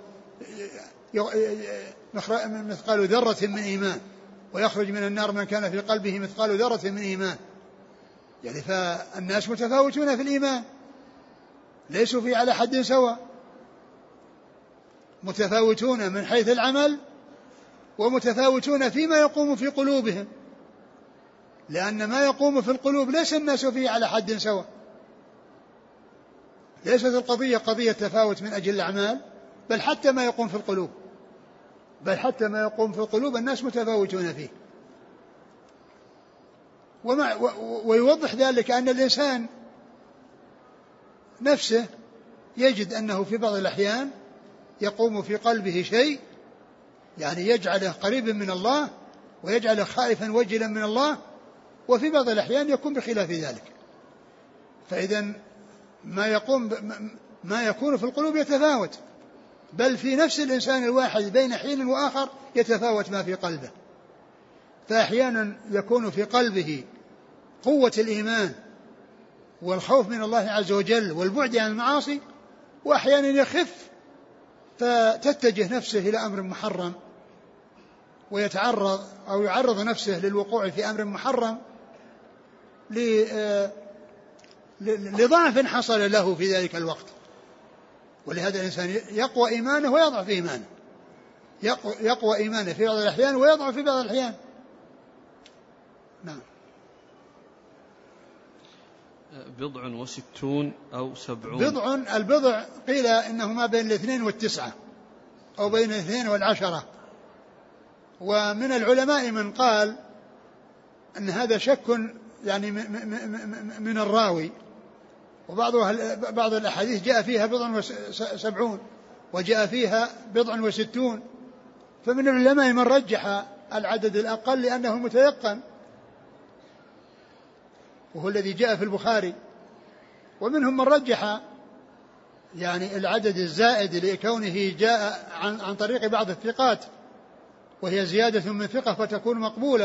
مثقال ذرة من إيمان، ويخرج من النار من كان في قلبه مثقال ذرة من إيمان. يعني فالناس متفاوتون في الإيمان، ليسوا في على حد سواء، متفاوتون من حيث العمل ومتفاوتون فيما يقوم في قلوبهم، لأن ما يقوم في القلوب ليس الناس فيه على حد سواء، ليست القضية قضية تفاوت من أجل الأعمال، بل حتى ما يقوم في القلوب بل حتى ما يقوم في القلوب الناس متفاوتون فيه. ومع ويوضح ذلك أن الإنسان نفسه يجد أنه في بعض الأحيان يقوم في قلبه شيء يعني يجعله قريبا من الله ويجعله خائفا وجلا من الله، وفي بعض الأحيان يكون بخلاف ذلك. فإذا ما يقوم ما يكون في القلوب يتفاوت، بل في نفس الإنسان الواحد بين حين وآخر يتفاوت ما في قلبه. فأحيانا يكون في قلبه قوة الإيمان والخوف من الله عز وجل والبعد عن المعاصي، وأحيانا يخف فتتجه نفسه إلى أمر محرم ويتعرض أو يعرض نفسه للوقوع في أمر محرم لضعف حصل له في ذلك الوقت. ولهذا الإنسان يقوى إيمانه ويضعف إيمانه، يقوى إيمانه في بعض الأحيان ويضعف في بعض الأحيان. نعم. بضع وستون أو سبعون. بضع، البضع قيل إنه ما بين الاثنين والتسعة أو بين الاثنين والعشرة. ومن العلماء من قال أن هذا شك يعني من الراوي، وبعض بعض الأحاديث جاء فيها بضع وسبعون وجاء فيها بضع وستون. فمن العلماء من رجح العدد الأقل لأنه متيقن وهو الذي جاء في البخاري، ومنهم من رجح يعني العدد الزائد لكونه جاء عن, عن طريق بعض الثقات وهي زيادة من ثقة فتكون مقبولة.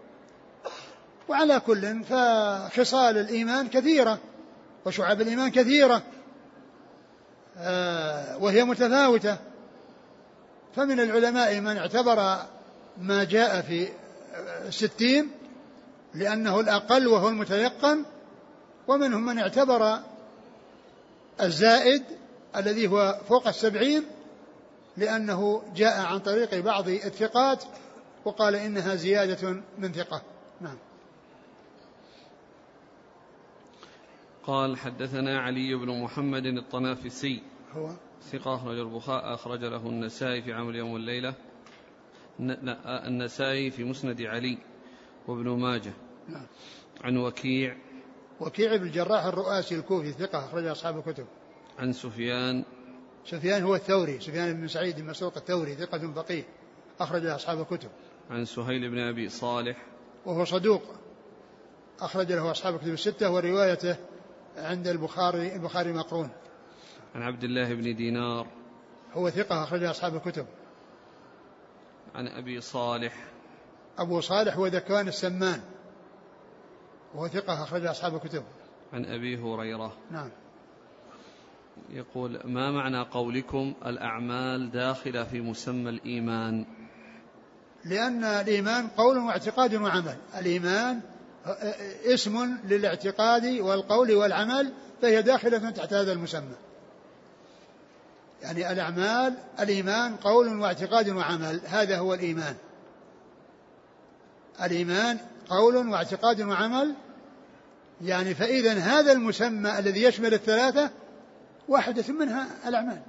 وعلى كل فخصال الإيمان كثيرة وشعب الإيمان كثيرة آه وهي متفاوتة. فمن العلماء من اعتبر ما جاء في ستين لأنه الأقل وهو المتيقن، ومنهم من اعتبر الزائد الذي هو فوق السبعين لأنه جاء عن طريق بعض الثقات وقال إنها زيادة من ثقة. نعم. قال حدثنا علي بن محمد الطنافسي هو ثقة أخرج البخاري أخرج له النسائي في عمل يوم والليلة، النسائي في مسند علي وابن ماجه. نعم. عن وكيع وكيع بن الجراح الرؤاسي الكوفي ثقة أخرج أصحاب الكتب. عن سفيان سفيان هو الثوري سفيان بن سعيد بن مسروق الثوري ثقة فقيه أخرج أصحاب الكتب. عن سهيل بن أبي صالح وهو صدوق أخرج له أصحاب الكتب الستة وروايته عند البخاري البخاري مقرون. عن عبد الله بن دينار هو ثقة أخرج أصحاب الكتب. عن أبي صالح أبو صالح هو ذكوان السمان وهو ثقة أخرج أصحاب الكتب. عن أبي هريرة. نعم. يقول ما معنى قولكم الأعمال داخلة في مسمى الإيمان؟ لأن الإيمان قول واعتقاد وعمل. الإيمان اسم للاعتقاد والقول والعمل، فهي داخلة تحت هذا المسمى. يعني الأعمال الإيمان قول واعتقاد وعمل، هذا هو الإيمان. الإيمان قول واعتقاد وعمل، يعني فإذا هذا المسمى الذي يشمل الثلاثة واحدة منها الأعمال.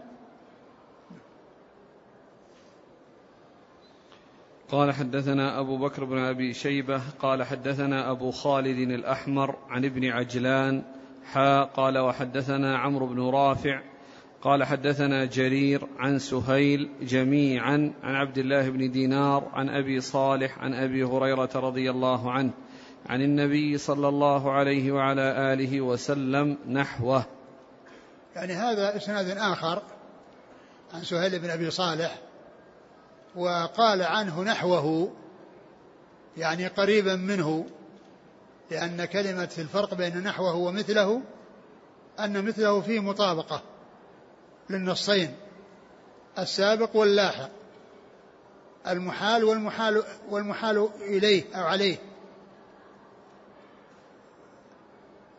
قال حدثنا أبو بكر بن أبي شيبة قال حدثنا أبو خالد الأحمر عن ابن عجلان حا قال وحدثنا عمرو بن رافع قال حدثنا جرير عن سهيل جميعا عن عبد الله بن دينار عن أبي صالح عن أبي هريرة رضي الله عنه عن النبي صلى الله عليه وعلى آله وسلم نحوه. يعني هذا إسناد آخر عن سهيل بن أبي صالح، وقال عنه نحوه يعني قريبا منه، لأن كلمة الفرق بين نحوه ومثله أن مثله فيه مطابقة للنصين السابق واللاحق، المحال والمحال, والمحال إليه أو عليه.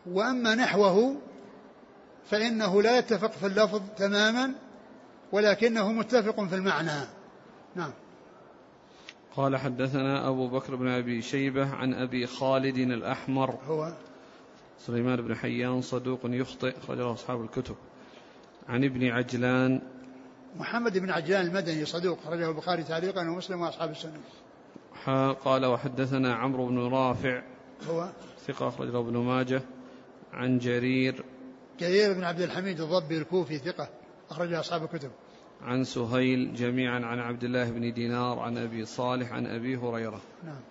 وأما نحوه فإنه لا يتفق في اللفظ تماما ولكنه متفق في المعنى. نعم. قال حدثنا أبو بكر بن أبي شيبة عن أبي خالد الأحمر هو سليمان بن حيان صدوق يخطئ أخرجه أصحاب الكتب. عن ابن عجلان محمد بن عجلان المدني صدوق أخرجه البخاري تعليقا ومسلم وأصحاب السنة. قال وحدثنا عمرو بن رافع هو ثقة أخرجه ابن ماجه. عن جرير جرير بن عبد الحميد الضبي الكوفي ثقة أخرجه أصحاب الكتب. عن سهيل جميعا عن عبد الله بن دينار عن أبي صالح عن أبي هريرة. نعم.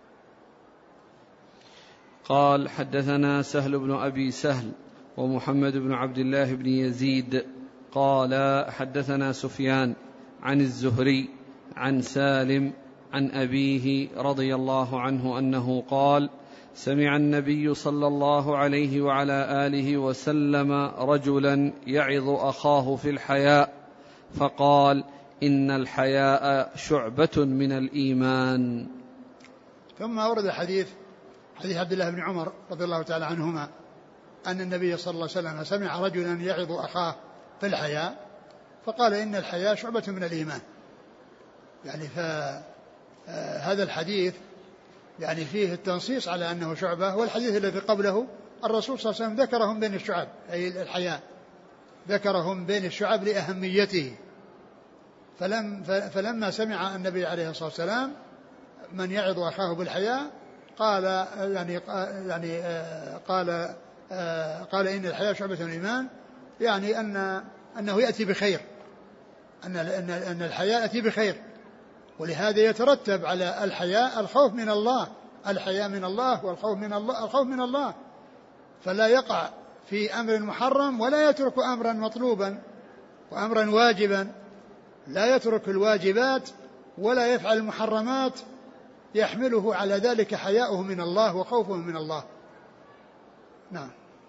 قال حدثنا سهل بن أبي سهل ومحمد بن عبد الله بن يزيد قال حدثنا سفيان عن الزهري عن سالم عن أبيه رضي الله عنه أنه قال سمع النبي صلى الله عليه وعلى آله وسلم رجلا يعظ أخاه في الحياء فقال إن الحياء شعبة من الإيمان. ثم أورد حديث حديث عبد الله بن عمر رضي الله تعالى عنهما أن النبي صلى الله عليه وسلم سمع رجلا يعظ أخاه في الحياء فقال إن الحياء شعبة من الإيمان. يعني فهذا الحديث يعني فيه التنصيص على أنه شعبة، والحديث الذي قبله الرسول صلى الله عليه وسلم ذكرهم بين الشعب، أي الحياء ذكرهم بين الشعب لأهميته. فلم فلما سمع النبي عليه الصلاة والسلام من يعظ أخاه بالحياء قال يعني يعني قال قال إن الحياء شعبة من الإيمان، يعني أن أنه يأتي بخير، أن أن الحياء يأتي بخير، ولهذا يترتب على الحياء الخوف من الله، الحياء من الله والخوف من الله، الخوف من الله، فلا يقع في أمر محرم ولا يترك أمرا مطلوبا وأمرا واجبا، لا يترك الواجبات ولا يفعل المحرمات، يحمله على ذلك حياؤه من الله وخوفه من الله. نعم.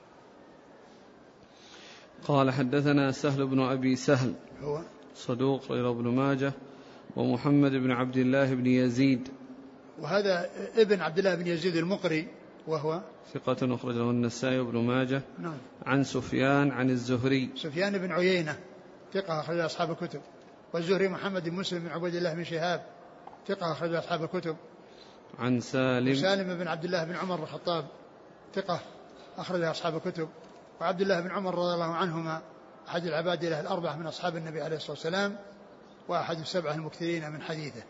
قال حدثنا سهل بن أبي سهل هو صدوق غير ابن ماجه ومحمد بن عبد الله بن يزيد وهذا ابن عبد الله بن يزيد المقري وهو ثقة أخرجه النسائي وابن ماجه. نعم. عن سفيان عن الزهري سفيان بن عيينة ثقة أخرج أصحاب الكتب، والزهري محمد بن مسلم بن عبد الله بن شهاب ثقة أخرج أصحاب الكتب. عن سالم سالم بن عبد الله بن عمر بن الخطاب ثقة أخرج أصحاب الكتب. وعبد الله بن عمر رضي الله عنهما أحد العباد له الأربعة من أصحاب النبي عليه الصلاة والسلام، وأحد السبعة المكثرين من حديثه.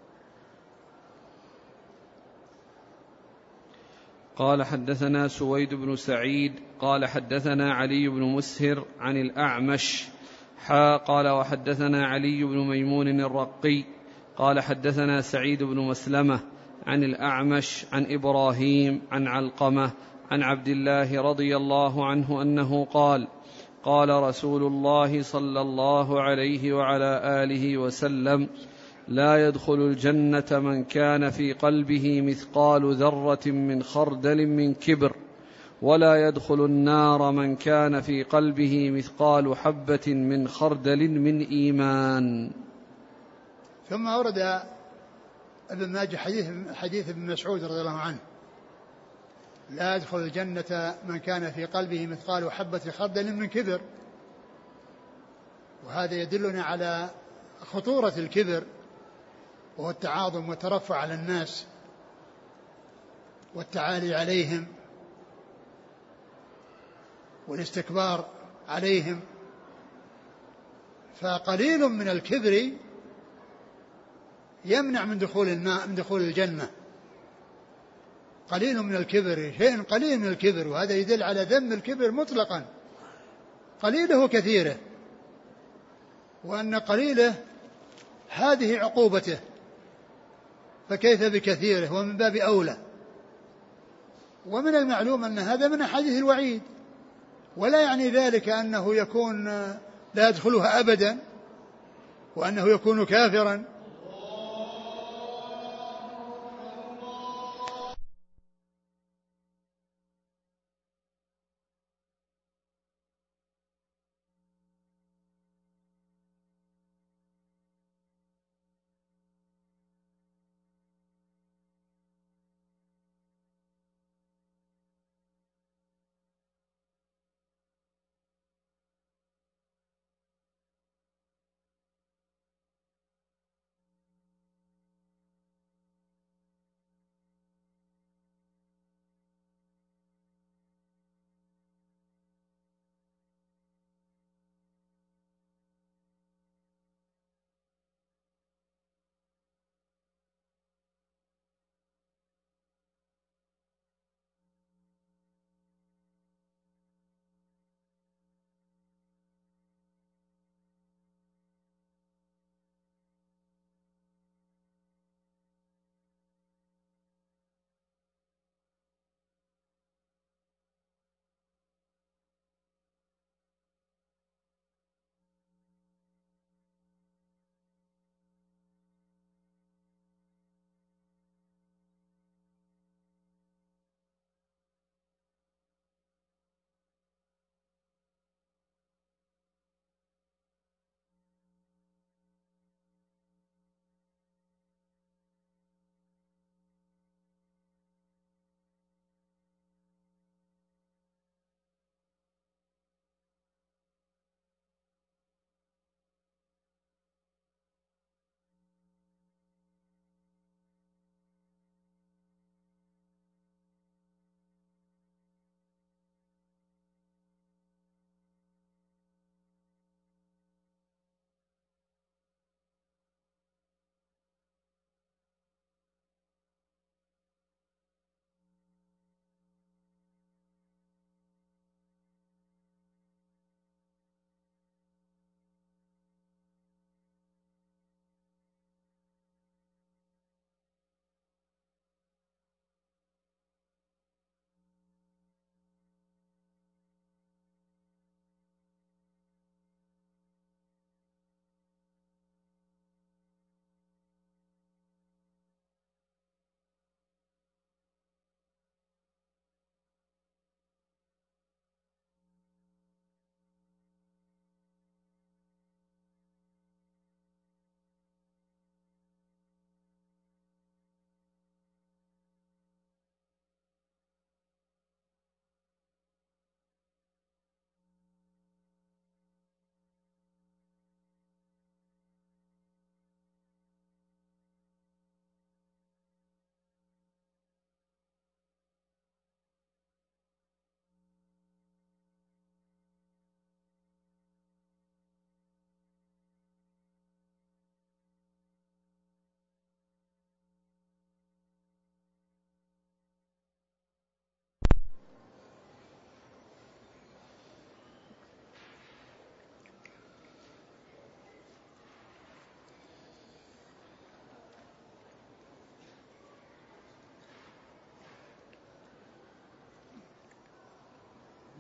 قال حدثنا سويد بن سعيد قال حدثنا علي بن مسهر عن الأعمش حا قال وحدثنا علي بن ميمون الرقي قال حدثنا سعيد بن مسلمة عن الأعمش عن إبراهيم عن علقمة عن عبد الله رضي الله عنه أنه قال قال رسول الله صلى الله عليه وعلى آله وسلم لا يدخل الجنة من كان في قلبه مثقال ذرة من خردل من كبر، ولا يدخل النار من كان في قلبه مثقال حبة من خردل من إيمان. ثم أورد ابن ماجه حديث, حديث ابن مسعود رضي الله عنه لا يدخل الجنة من كان في قلبه مثقال حبة خردل من كبر، وهذا يدلنا على خطورة الكبر وهو التعاظم والترفع على الناس والتعالي عليهم والاستكبار عليهم. فقليل من الكبر يمنع من دخول الماء من دخول الجنة، قليل من الكبر، شيء قليل من الكبر، وهذا يدل على ذم الكبر مطلقا، قليله كثيره، وأن قليله هذه عقوبته، فكيف بكثيره ومن باب أولى. ومن المعلوم أن هذا من أحاديث الوعيد، ولا يعني ذلك أنه يكون لا يدخلها أبدا وأنه يكون كافرا.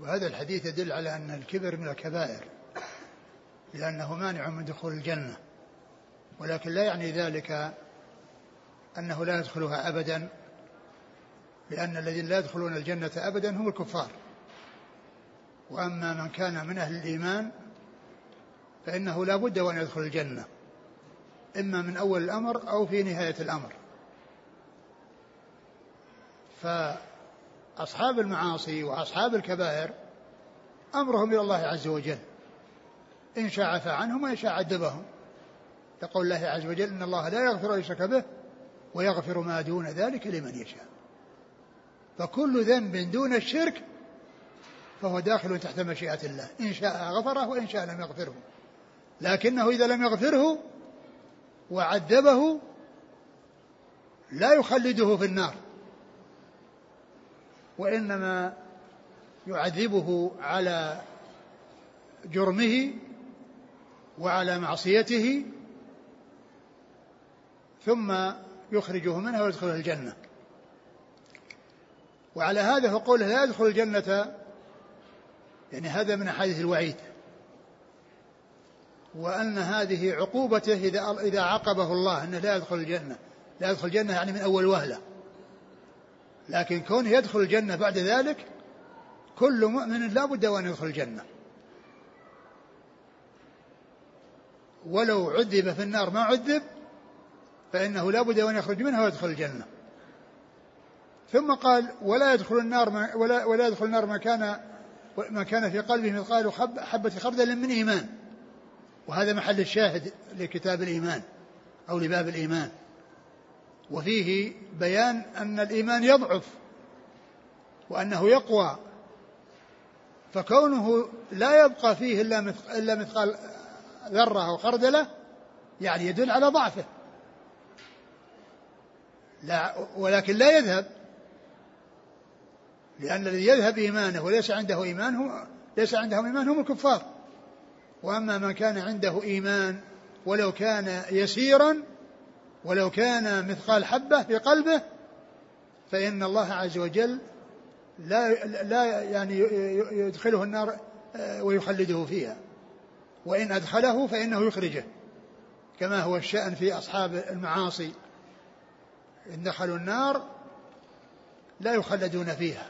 وهذا الحديث يدل على أن الكبر من الكبائر لأنه مانع من دخول الجنة، ولكن لا يعني ذلك أنه لا يدخلها أبدا، لأن الذين لا يدخلون الجنة أبدا هم الكفار. وأما من كان من أهل الإيمان فإنه لا بد وأن يدخل الجنة، إما من أول الأمر أو في نهاية الأمر. فأصحاب المعاصي وأصحاب الكبائر أمرهم إلى الله عز وجل، إن شاء عفى عنهم وإن شاء عذبهم. يقول الله عز وجل إن الله لا يغفر أن يشرك به ويغفر ما دون ذلك لمن يشاء. فكل ذنب دون الشرك فهو داخل تحت مشيئة الله، إن شاء غفره وإن شاء لم يغفره. لكنه إذا لم يغفره وعذبه لا يخلده في النار، وإنما يعذبه على جرمه وعلى معصيته ثم يخرجه منها ويدخله الجنة. وعلى هذا فقوله لا يدخل الجنة يعني هذا من أحاديث الوعيد، وأن هذه عقوبته إذا إذا عاقبه الله أنه لا يدخل الجنة. لا يدخل الجنة يعني من أول وهلة، لكن كونه يدخل الجنة بعد ذلك كل مؤمن لا بد وأن يدخل الجنة، ولو عذب في النار ما عذب فإنه لا بد وأن يخرج منها ويدخل الجنة. ثم قال ولا يدخل النار ما ولا, ولا يدخل النار ما كان ما كان في قلبه مثقال حبة خردل من إيمان. وهذا محل الشاهد لكتاب الإيمان أو لباب الإيمان، وفيه بيان أن الإيمان يضعف وأنه يقوى، فكونه لا يبقى فيه إلا مثقال ذرة أو خردلة يعني يدل على ضعفه، لا ولكن لا يذهب، لأن الذي يذهب إيمانه وليس عنده إيمان هو ليس عندهم إيمان هم الكفار. وأما من كان عنده إيمان ولو كان يسيرا ولو كان مثقال حبة في قلبه فإن الله عز وجل لا, لا يعني يدخله النار ويخلده فيها، وإن أدخله فإنه يخرجه، كما هو الشأن في أصحاب المعاصي، إن دخلوا النار لا يخلدون فيها.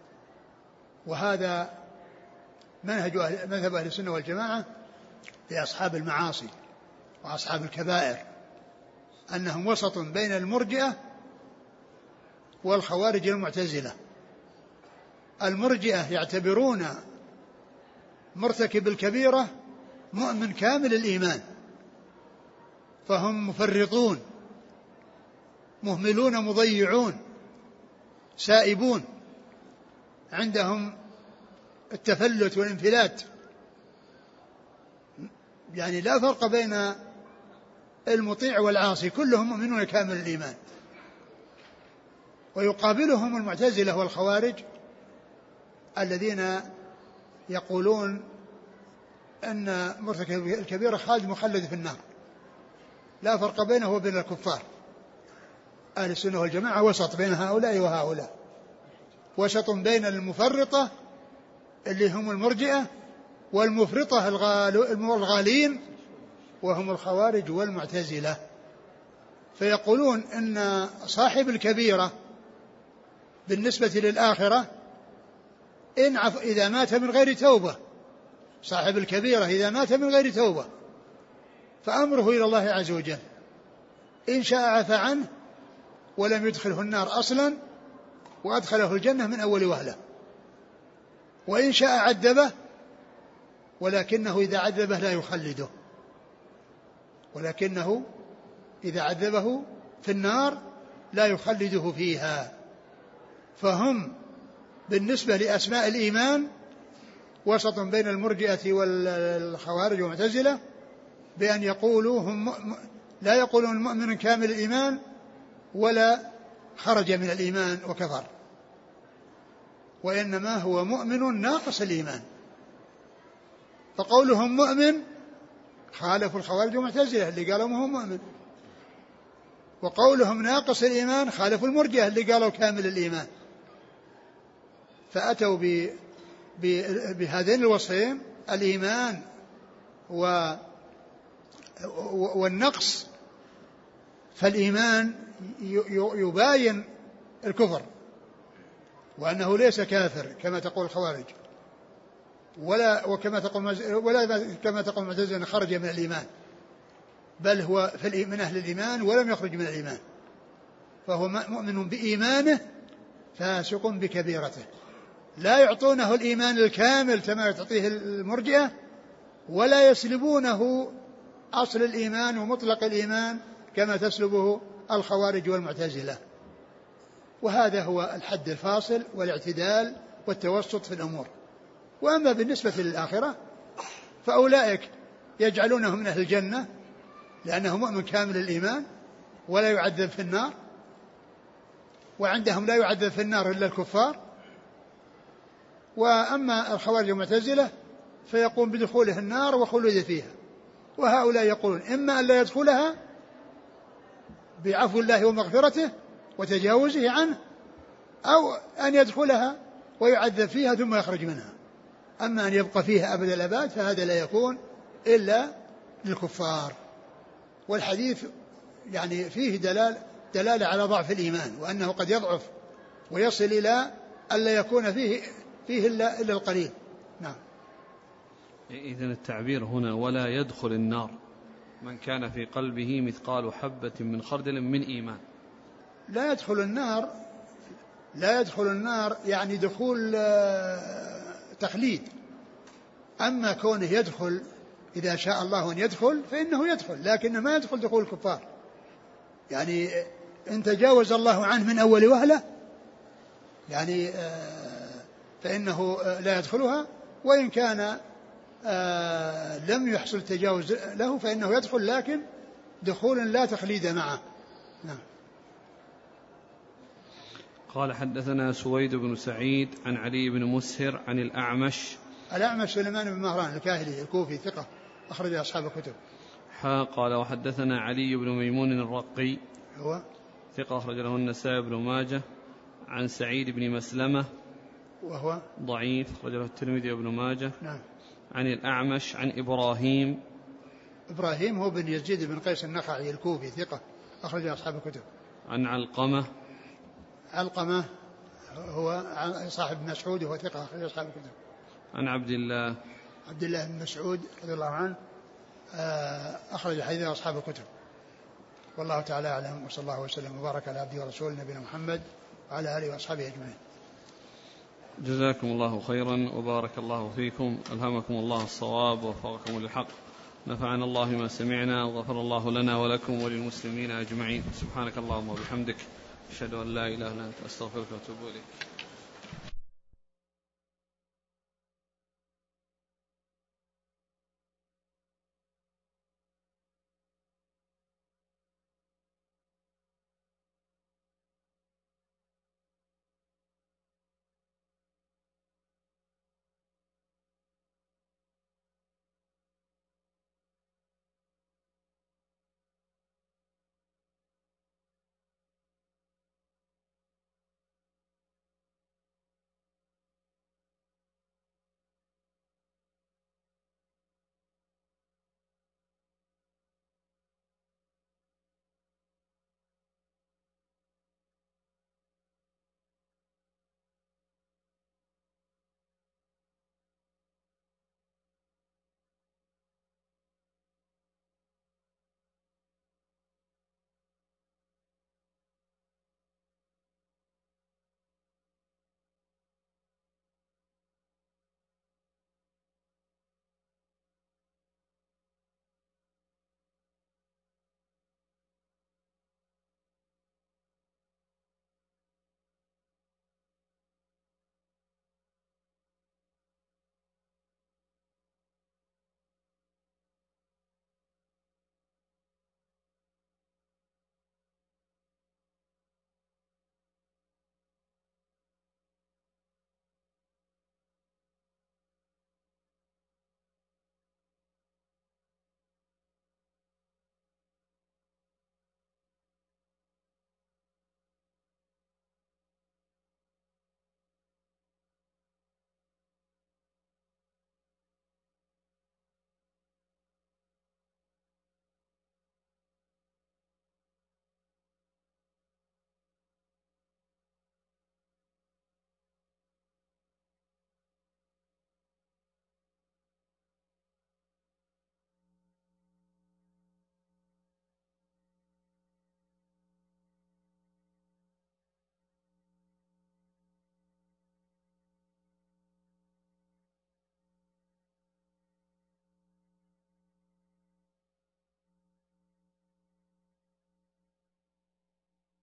وهذا منهج أهل مذهب أهل السنة والجماعة في أصحاب المعاصي وأصحاب الكبائر، أنهم وسط بين المرجئة والخوارج المعتزلة. المرجئة يعتبرون مرتكب الكبيرة مؤمن كامل الإيمان، فهم مفرطون مهملون مضيعون سائبون، عندهم التفلت والانفلات، يعني لا فرق بين المطيع والعاصي، كلهم مؤمنون كامل الإيمان. ويقابلهم المعتزلة والخوارج الذين يقولون أن مرتكب الكبيرة خالد مخلد في النار، لا فرق بينه وبين الكفار. أهل السنة والجماعة وسط بين هؤلاء وهؤلاء، وسط بين المفرطة اللي هم المرجئة والمفرطة الغالين وهم الخوارج والمعتزلة. فيقولون أن صاحب الكبيرة بالنسبة للآخرة إن عف إذا مات من غير توبة، صاحب الكبيرة إذا مات من غير توبة فأمره إلى الله عز وجل، إن شاء عفى عنه ولم يدخله النار أصلا وأدخله الجنة من أول وهلة، وإن شاء عذبه ولكنه إذا عذبه لا يخلده، ولكنه إذا عذبه في النار لا يخلده فيها. فهم بالنسبة لأسماء الإيمان وسط بين المرجئة والخوارج والمعتزلة، بأن يقولوا هم لا يقولون المؤمن كامل الإيمان ولا خرج من الإيمان وكفر، وإنما هو مؤمن ناقص الإيمان. فقولهم مؤمن خالفوا الخوارج والمعتزلة اللي قالوا ما هو مؤمن، وقولهم ناقص الإيمان خالفوا المرجئة اللي قالوا كامل الإيمان. فأتوا بهذين الوصفين الإيمان والنقص، فالإيمان يباين الكفر وأنه ليس كافر كما تقول الخوارج، ولا وكما تقول ولا كما تقول المعتزلة خرج من الإيمان، بل هو في من أهل الإيمان ولم يخرج من الإيمان، فهو مؤمن بإيمانه فاسق بكبيرته. لا يعطونه الإيمان الكامل كما تعطيه المرجئة، ولا يسلبونه أصل الإيمان ومطلق الإيمان كما تسلبه الخوارج والمعتزلة. وهذا هو الحد الفاصل والاعتدال والتوسط في الأمور. وأما بالنسبة للآخرة فأولئك يجعلونه من أهل الجنة لأنه مؤمن كامل الإيمان ولا يعذب في النار، وعندهم لا يعذب في النار إلا الكفار. وأما الخوارج والمعتزلة فيقوم بدخوله النار وخلوده فيها، وهؤلاء يقولون إما أن لا يدخلها بعفو الله ومغفرته وتجاوزه عنه، أو أن يدخلها ويعذب فيها ثم يخرج منها. أما أن يبقى فيها أبد الأباد فهذا لا يكون إلا للكفار. والحديث يعني فيه دلالة دلالة على ضعف الإيمان، وأنه قد يضعف ويصل إلى ألا يكون فيه فيه إلا, إلا القليل. نعم. إذن التعبير هنا ولا يدخل النار من كان في قلبه مثقال حبة من خردل من إيمان. لا يدخل النار لا يدخل النار يعني دخول تخليد. أما كونه يدخل إذا شاء الله أن يدخل فإنه يدخل، لكن ما يدخل دخول الكفار. يعني إن تجاوز الله عنه من أول وهلة يعني فإنه لا يدخلها، وإن كان لم يحصل تجاوز له فإنه يدخل، لكن دخول لا تخليد معه. نعم. قال حدثنا سويد بن سعيد عن علي بن مسهر عن الأعمش الأعمش سليمان بن مهران الكاهلي الكوفي ثقة أخرج أصحاب الكتب. حا قال وحدثنا علي بن ميمون الرقي هو ثقة أخرج له النسائي بن ماجه عن سعيد بن مسلمة وهو ضعيف أخرج له الترمذي وابن ماجه. نعم. عن الأعمش عن إبراهيم إبراهيم هو بن يزيد بن قيس النخعي الكوفي ثقة أخرج أصحاب الكتب. عن علقمة علقمة هو صاحب مسعود وهو ثقة أخرج أصحاب الكتب. عن عبد الله عبد الله بن مسعود رضي الله عنه أخرج حديث أصحاب الكتب. والله تعالى أعلم، وصلى الله وسلم وبارك على عبده ورسوله نبينا محمد وعلى آله وأصحابه أجمعين. جزاكم الله خيرا وبارك الله فيكم، ألهمكم الله الصواب ووفقكم للحق، نفعنا الله ما سمعنا وغفر الله لنا ولكم وللمسلمين أجمعين. سبحانك اللهم وبحمدك أشهد أن لا إله إلا أنت أستغفرك وأتوب إليك.